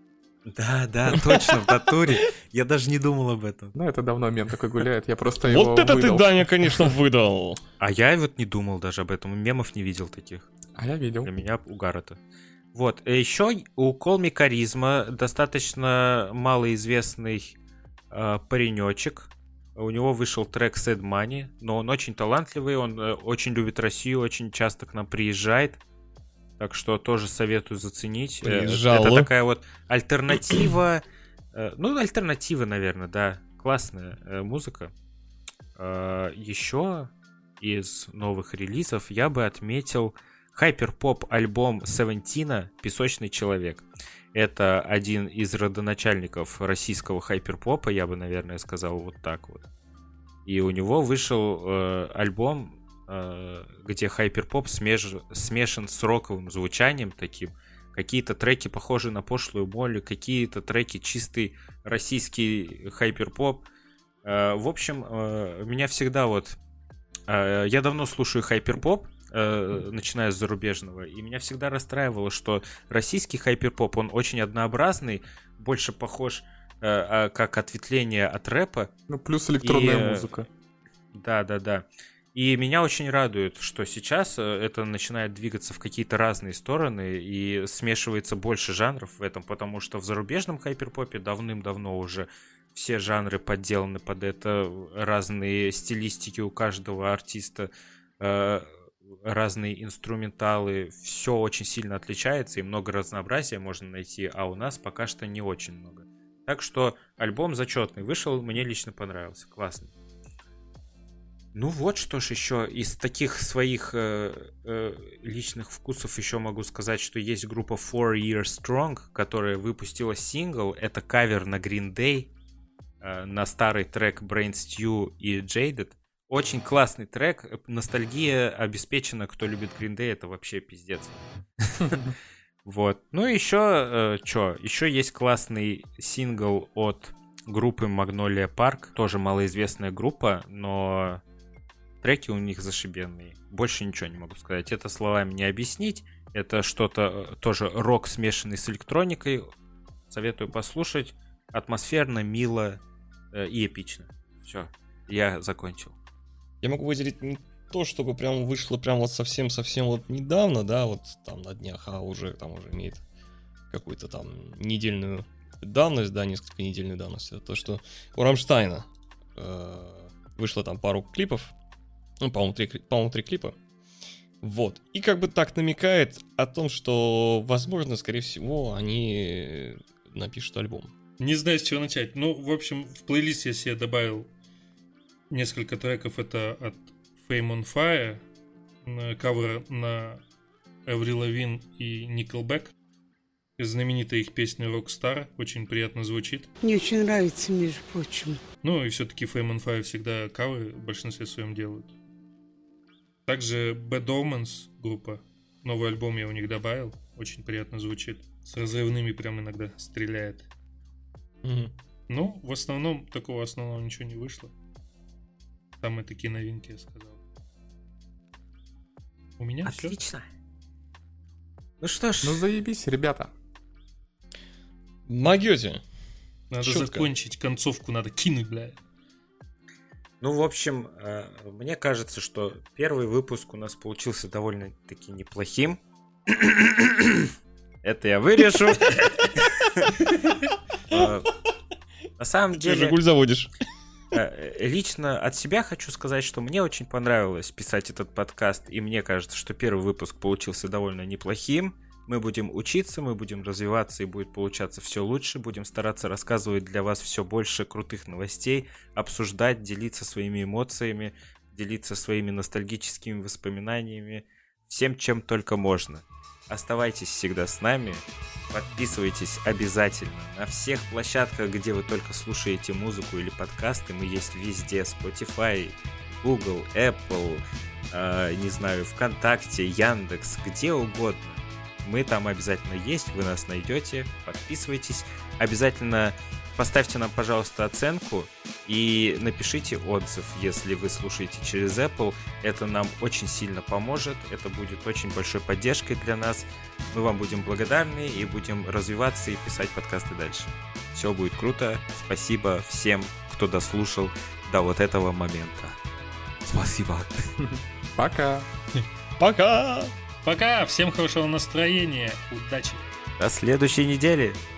Да, точно, в натуре. Я даже не думал об этом. Ну, это давно мем такой гуляет, я просто его Вот это ты, выдал. Даня, конечно, выдал. А я вот не думал даже об этом. Мемов не видел таких. А я видел. Для меня угар это. Вот. Еще у Call Me Charisma достаточно малоизвестный паренечек. У него вышел трек Sad Money, но он очень талантливый, он очень любит Россию, очень часто к нам приезжает. Так что тоже советую заценить. Приезжал. Это такая вот альтернатива. Ну, альтернатива, наверное, да. Классная музыка. Еще из новых релизов я бы отметил хайпер-поп альбом Севентина «Песочный человек». Это один из родоначальников российского хайпер-попа, я бы, наверное, сказал вот так вот. И у него вышел альбом, где хайпер-поп смешан с роковым звучанием таким. Какие-то треки похожи на пошлую Молли, какие-то треки чистый российский хайпер-поп. В общем, меня всегда вот... Я давно слушаю хайпер-поп, начиная с зарубежного, и меня всегда расстраивало, что российский хайпер-поп, он очень однообразный, больше похож как ответвление от рэпа. Ну, плюс электронная музыка. Да. И меня очень радует, что сейчас это начинает двигаться в какие-то разные стороны и смешивается больше жанров в этом, потому что в зарубежном хайпер-попе давным-давно уже все жанры подделаны под это, разные стилистики у каждого артиста, разные инструменталы, все очень сильно отличается и много разнообразия можно найти, а у нас пока что не очень много. Так что альбом зачетный вышел, мне лично понравился, классный. Ну вот, что ж еще из таких своих личных вкусов еще могу сказать, что есть группа 4 Year Strong, которая выпустила сингл, это кавер на Green Day, на старый трек Brain Stew и Jaded. Очень классный трек, ностальгия обеспечена, кто любит Green Day, это вообще пиздец. Вот. Ну и еще, еще есть классный сингл от группы Magnolia Park, тоже малоизвестная группа, но треки у них зашибенные. Больше ничего не могу сказать. Это словами не объяснить. Это что-то тоже рок, смешанный с электроникой. Советую послушать. Атмосферно, мило и эпично. Все, я закончил. Я могу выделить не то, чтобы прям вышло прям вот совсем-совсем вот недавно, да, вот там на днях, а уже там уже имеет какую-то там недельную давность, да, несколько недельной давности. Это то, что у Рамштайна вышло там пару клипов, ну, по-моему, 3 клипа. Вот. И как бы так намекает о том, что, возможно, скорее всего, они напишут альбом. Не знаю, с чего начать. Ну, в общем, в плейлист я себе добавил несколько треков. Это от Fame on Fire, кавер на Avril Lavigne и Nickelback. Знаменитая их песня Rockstar. Очень приятно звучит. Мне очень нравится, между прочим. Ну, и все-таки Fame on Fire всегда каверы в большинстве своем делают. Также Bad Omens группа. Новый альбом я у них добавил. Очень приятно звучит. С разрывными прям иногда стреляет. Ну, в основном, такого основного ничего не вышло. Самые такие новинки, я сказал. У меня все. Отлично. Ну что ж. Ну заебись, ребята. Могете. Надо Чётко. закончить, концовку надо кинуть, бля. Ну, в общем, мне кажется, что первый выпуск у нас получился довольно-таки неплохим. Это я вырежу. На самом Ты же деле, гуль заводишь. лично от себя хочу сказать, что мне очень понравилось писать этот подкаст, и мне кажется, что первый выпуск получился довольно неплохим. Мы будем учиться, мы будем развиваться, и будет получаться все лучше. Будем стараться рассказывать для вас все больше крутых новостей, обсуждать, делиться своими эмоциями, делиться своими ностальгическими воспоминаниями, всем, чем только можно. Оставайтесь всегда с нами, подписывайтесь обязательно на всех площадках, где вы только слушаете музыку или подкасты. Мы есть везде: Spotify, Google, Apple, не знаю, ВКонтакте, Яндекс, где угодно. Мы там обязательно есть, вы нас найдете, подписывайтесь. Обязательно поставьте нам, пожалуйста, оценку и напишите отзыв, если вы слушаете через Apple. Это нам очень сильно поможет, это будет очень большой поддержкой для нас. Мы вам будем благодарны и будем развиваться и писать подкасты дальше. Все будет круто. Спасибо всем, кто дослушал до вот этого момента. Спасибо. Пока. Пока! Пока, всем хорошего настроения, удачи. До следующей недели.